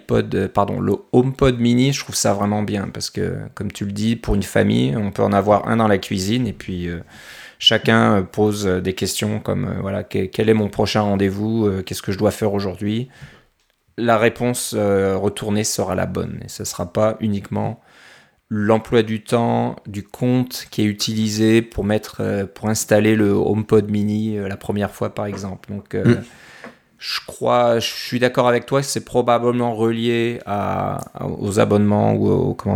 le HomePod mini, je trouve ça vraiment bien parce que comme tu le dis, pour une famille, on peut en avoir un dans la cuisine et puis chacun pose des questions comme quel est mon prochain rendez-vous, qu'est-ce que je dois faire aujourd'hui. la réponse retournée sera la bonne. Et ce ne sera pas uniquement l'emploi du temps du compte qui est utilisé pour installer le HomePod mini la première fois, par exemple. Donc, je suis d'accord avec toi que c'est probablement relié aux abonnements ou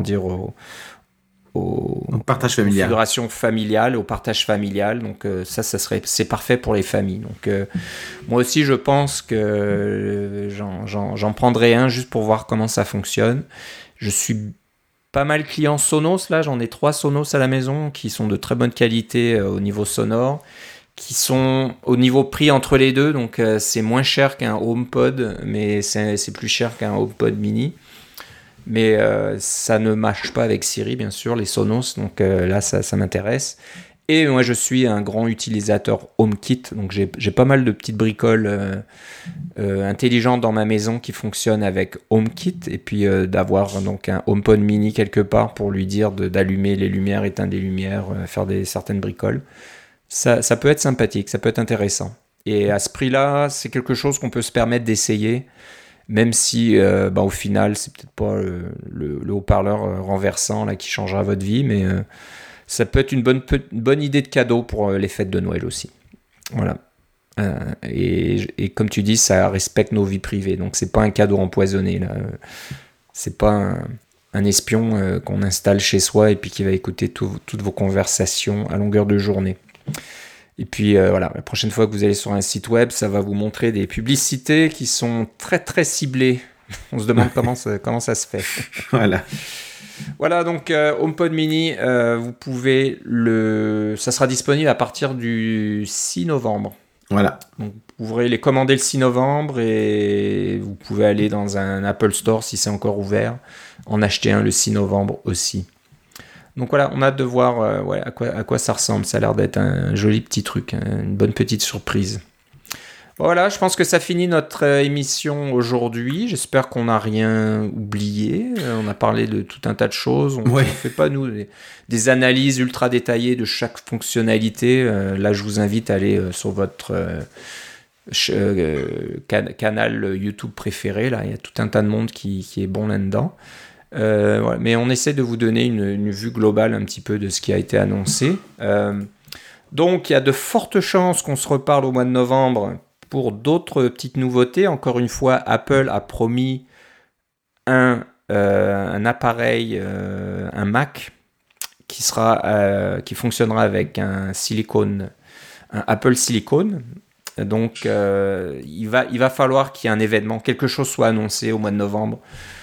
au partage familial. Configuration familiale, au partage familial. Donc c'est parfait pour les familles. Donc moi aussi, je pense que j'en prendrai un juste pour voir comment ça fonctionne. Je suis pas mal client Sonos là, j'en ai 3 Sonos à la maison qui sont de très bonne qualité au niveau sonore, qui sont au niveau prix entre les deux, donc c'est moins cher qu'un HomePod, mais c'est plus cher qu'un HomePod mini. Mais ça ne marche pas avec Siri, bien sûr, les Sonos, donc là ça m'intéresse. Et moi je suis un grand utilisateur HomeKit, donc j'ai pas mal de petites bricoles intelligentes dans ma maison qui fonctionnent avec HomeKit, et puis d'avoir donc un HomePod mini quelque part pour lui dire d'allumer les lumières, éteindre les lumières, faire certaines bricoles. Ça peut être sympathique, ça peut être intéressant. Et à ce prix-là, c'est quelque chose qu'on peut se permettre d'essayer, même si au final, c'est peut-être pas le haut-parleur renversant là, qui changera votre vie, mais ça peut être une bonne idée de cadeau pour les fêtes de Noël aussi. Voilà. Et comme tu dis, ça respecte nos vies privées, donc c'est pas un cadeau empoisonné là. C'est pas un espion qu'on installe chez soi et puis qui va écouter toutes vos conversations à longueur de journée. Et puis voilà, la prochaine fois que vous allez sur un site web, ça va vous montrer des publicités qui sont très très ciblées. On se demande comment ça se fait. Voilà, donc HomePod mini, vous pouvez ça sera disponible à partir du 6 novembre. Voilà. Donc vous pourrez les commander le 6 novembre et vous pouvez aller dans un Apple Store si c'est encore ouvert, en acheter un le 6 novembre aussi. Donc voilà, on a hâte de voir à quoi ça ressemble. Ça a l'air d'être un joli petit truc, une bonne petite surprise. Voilà, je pense que ça finit notre émission aujourd'hui. J'espère qu'on n'a rien oublié. On a parlé de tout un tas de choses. On ne fait pas, nous, des analyses ultra détaillées de chaque fonctionnalité. Là, je vous invite à aller sur votre canal YouTube préféré. Là, il y a tout un tas de monde qui est bon là-dedans. Mais on essaie de vous donner une vue globale un petit peu de ce qui a été annoncé. Donc, il y a de fortes chances qu'on se reparle au mois de novembre pour d'autres petites nouveautés. Encore une fois, Apple a promis un appareil, un Mac, qui fonctionnera avec un Apple Silicon. Donc, il va falloir qu'il y ait un événement, quelque chose soit annoncé au mois de novembre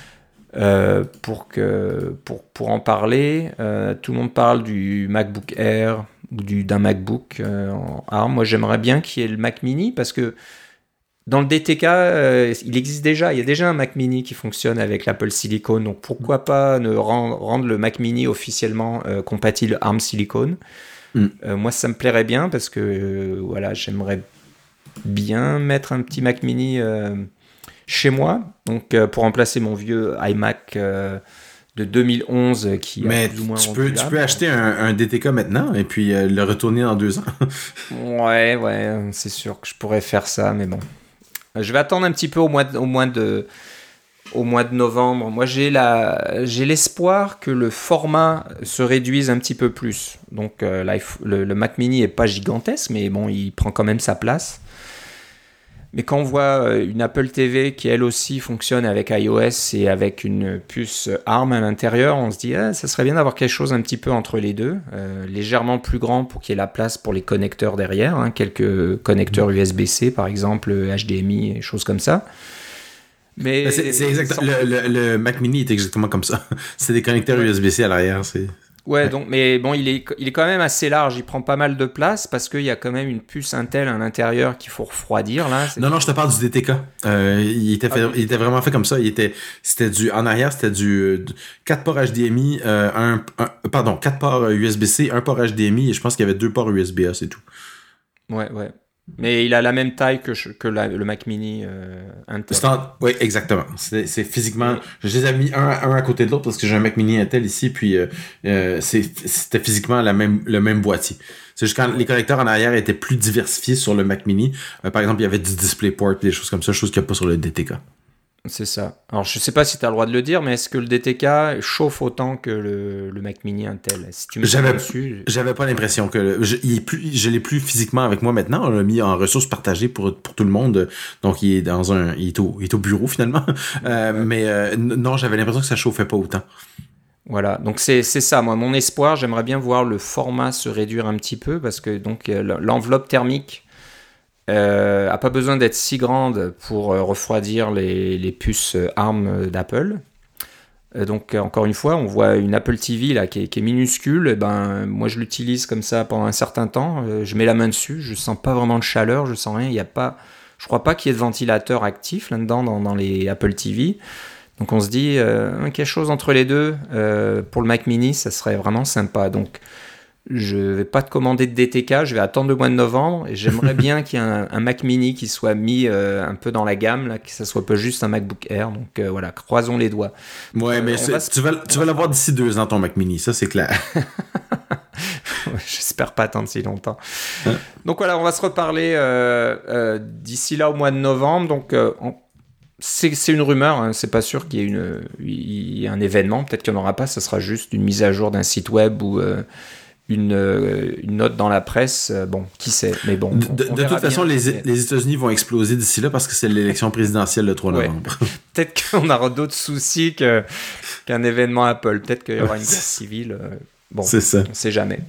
pour en parler. Tout le monde parle du MacBook Air ou d'un MacBook en ARM. Moi, j'aimerais bien qu'il y ait le Mac Mini parce que dans le DTK, il existe déjà. Il y a déjà un Mac Mini qui fonctionne avec l'Apple Silicon. Donc, pourquoi pas rendre le Mac Mini officiellement compatible ARM Silicon. Moi, ça me plairait bien parce que j'aimerais bien mettre un petit Mac Mini chez moi, donc pour remplacer mon vieux iMac de 2011 qui mais a plus ou moins tu peux acheter un DTK maintenant et puis le retourner dans 2 ans. ouais, c'est sûr que je pourrais faire ça, mais bon. Je vais attendre un petit peu au mois de novembre. Moi, j'ai l'espoir que le format se réduise un petit peu plus. Donc là, le Mac Mini est pas gigantesque, mais bon, il prend quand même sa place. Mais quand on voit une Apple TV qui elle aussi fonctionne avec iOS et avec une puce ARM à l'intérieur, on se dit ça serait bien d'avoir quelque chose un petit peu entre les deux, légèrement plus grand pour qu'il y ait la place pour les connecteurs derrière, quelques connecteurs USB-C par exemple, HDMI et choses comme ça. Mais c'est exactement le Mac Mini est exactement comme ça. C'est des connecteurs USB-C à l'arrière, c'est. Ouais, donc, mais bon, il est quand même assez large, il prend pas mal de place parce qu'il y a quand même une puce Intel à l'intérieur qu'il faut refroidir là. Non, je te parle du DTK. Il était vraiment fait comme ça. En arrière, c'était du 4 ports HDMI, 4 ports USB-C, 1 port HDMI et je pense qu'il y avait 2 ports USB-A, c'est tout. Ouais. Mais il a la même taille que le Mac Mini Intel. Oui, exactement. C'est physiquement... Je les ai mis un à côté de l'autre parce que j'ai un Mac Mini Intel ici, puis c'était physiquement le même boîtier. C'est juste quand les connecteurs en arrière étaient plus diversifiés sur le Mac Mini. Par exemple, il y avait du DisplayPort, des choses comme ça, choses qu'il n'y a pas sur le DTK. C'est ça. Alors, je sais pas si tu as le droit de le dire, mais est-ce que le DTK chauffe autant que le Mac Mini Intel? Si tu me J'avais pas l'impression que... je l'ai plus physiquement avec moi maintenant. On l'a mis en ressources partagées pour tout le monde. Donc, il est au bureau, finalement. Non, j'avais l'impression que ça chauffait pas autant. Voilà, donc c'est ça, moi, mon espoir, j'aimerais bien voir le format se réduire un petit peu, parce que donc l'enveloppe thermique a pas besoin d'être si grande pour refroidir les puces ARM d'Apple. Donc encore une fois, on voit une Apple TV là, qui est minuscule, et ben, moi je l'utilise comme ça pendant un certain temps, je mets la main dessus, je sens pas vraiment de chaleur, je sens rien, je crois pas qu'il y ait de ventilateur actif là-dedans dans les Apple TV. Donc on se dit, quelque chose entre les deux, pour le Mac Mini, ça serait vraiment sympa. Donc je vais pas te commander de DTK, je vais attendre le mois de novembre, et j'aimerais bien qu'il y ait un Mac Mini qui soit mis un peu dans la gamme, là, que ça soit pas juste un MacBook Air. Donc voilà, croisons les doigts. Ouais, mais tu vas l'avoir d'ici 2 ans, ton Mac Mini, ça c'est clair. J'espère pas attendre si longtemps. Donc voilà, on va se reparler d'ici là au mois de novembre. Donc c'est une rumeur, hein. C'est pas sûr qu'il y ait un événement. Peut-être qu'il n'y en aura pas, ça sera juste une mise à jour d'un site web ou une note dans la presse. Bon, qui sait. Mais bon, de toute façon, les États-Unis vont exploser d'ici là parce que c'est l'élection présidentielle le 3 novembre. Peut-être qu'on aura d'autres soucis qu'un événement Apple. Peut-être qu'il y aura une guerre civile. Bon, c'est ça. On sait jamais.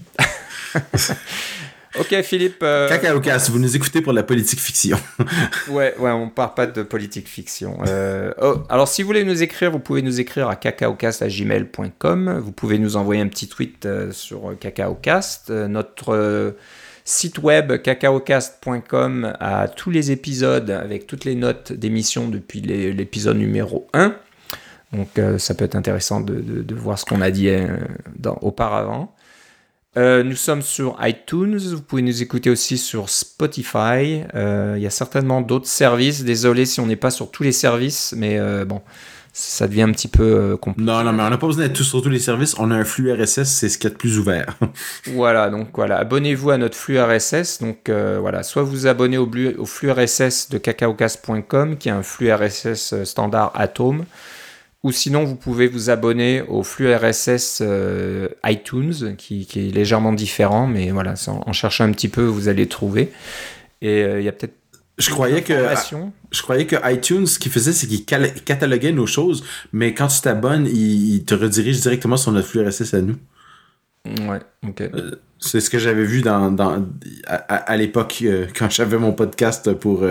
Ok, Philippe. CacaoCast, vous nous écoutez pour la politique fiction. ouais, on parle pas de politique fiction. Alors, si vous voulez nous écrire, vous pouvez nous écrire à cacaocast@gmail.com. Vous pouvez nous envoyer un petit tweet sur CacaoCast. Notre site web cacaocast.com a tous les épisodes avec toutes les notes d'émission depuis l'épisode numéro 1. Donc, ça peut être intéressant de voir ce qu'on a dit auparavant. Nous sommes sur iTunes, vous pouvez nous écouter aussi sur Spotify, il y a certainement d'autres services, désolé si on n'est pas sur tous les services, mais bon, ça devient un petit peu compliqué. Non, mais on n'a pas besoin d'être sur tous les services, on a un flux RSS, c'est ce qu'il y a de plus ouvert. Voilà, abonnez-vous à notre flux RSS, donc voilà, soit vous abonnez au flux RSS de cacaocast.com, qui est un flux RSS standard Atom, ou sinon, vous pouvez vous abonner au flux RSS iTunes, qui est légèrement différent, mais voilà, en cherchant un petit peu, vous allez trouver. Et il y a peut-être... Je croyais que iTunes, ce qu'il faisait, c'est qu'il cataloguait nos choses, mais quand tu t'abonnes, il te redirige directement sur notre flux RSS à nous. Ouais, ok. C'est ce que j'avais vu à l'époque, quand j'avais mon podcast pour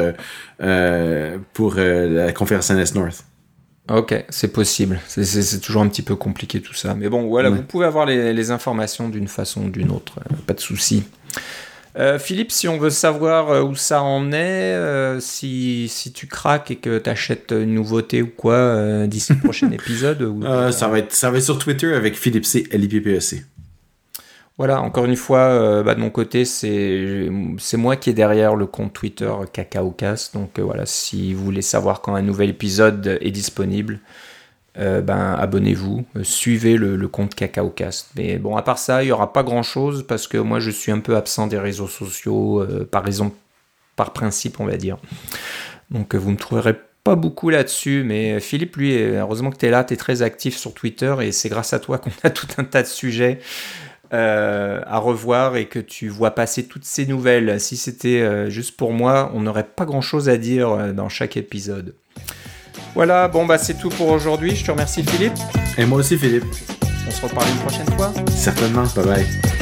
la conférence NS North. Ok, c'est possible. C'est toujours un petit peu compliqué tout ça. Mais bon, voilà, Vous pouvez avoir les informations d'une façon ou d'une autre. Pas de souci. Philippe, si on veut savoir où ça en est, si tu craques et que tu achètes une nouveauté ou quoi d'ici le prochain épisode. Ça va être sur Twitter avec Philippe C, LIPPEC. Voilà, encore une fois, de mon côté, c'est moi qui est derrière le compte Twitter CacaoCast. Donc voilà, si vous voulez savoir quand un nouvel épisode est disponible, abonnez-vous, suivez le compte CacaoCast. Mais bon, à part ça, il n'y aura pas grand-chose parce que moi, je suis un peu absent des réseaux sociaux par principe, on va dire. Donc vous ne me trouverez pas beaucoup là-dessus, mais Philippe, lui, heureusement que tu es là, tu es très actif sur Twitter et c'est grâce à toi qu'on a tout un tas de sujets à revoir et que tu vois passer toutes ces nouvelles. Si c'était juste pour moi, on n'aurait pas grand-chose à dire dans chaque épisode. Voilà, c'est tout pour aujourd'hui. Je te remercie, Philippe. Et moi aussi, Philippe. On se reparle une prochaine fois. Certainement, bye bye.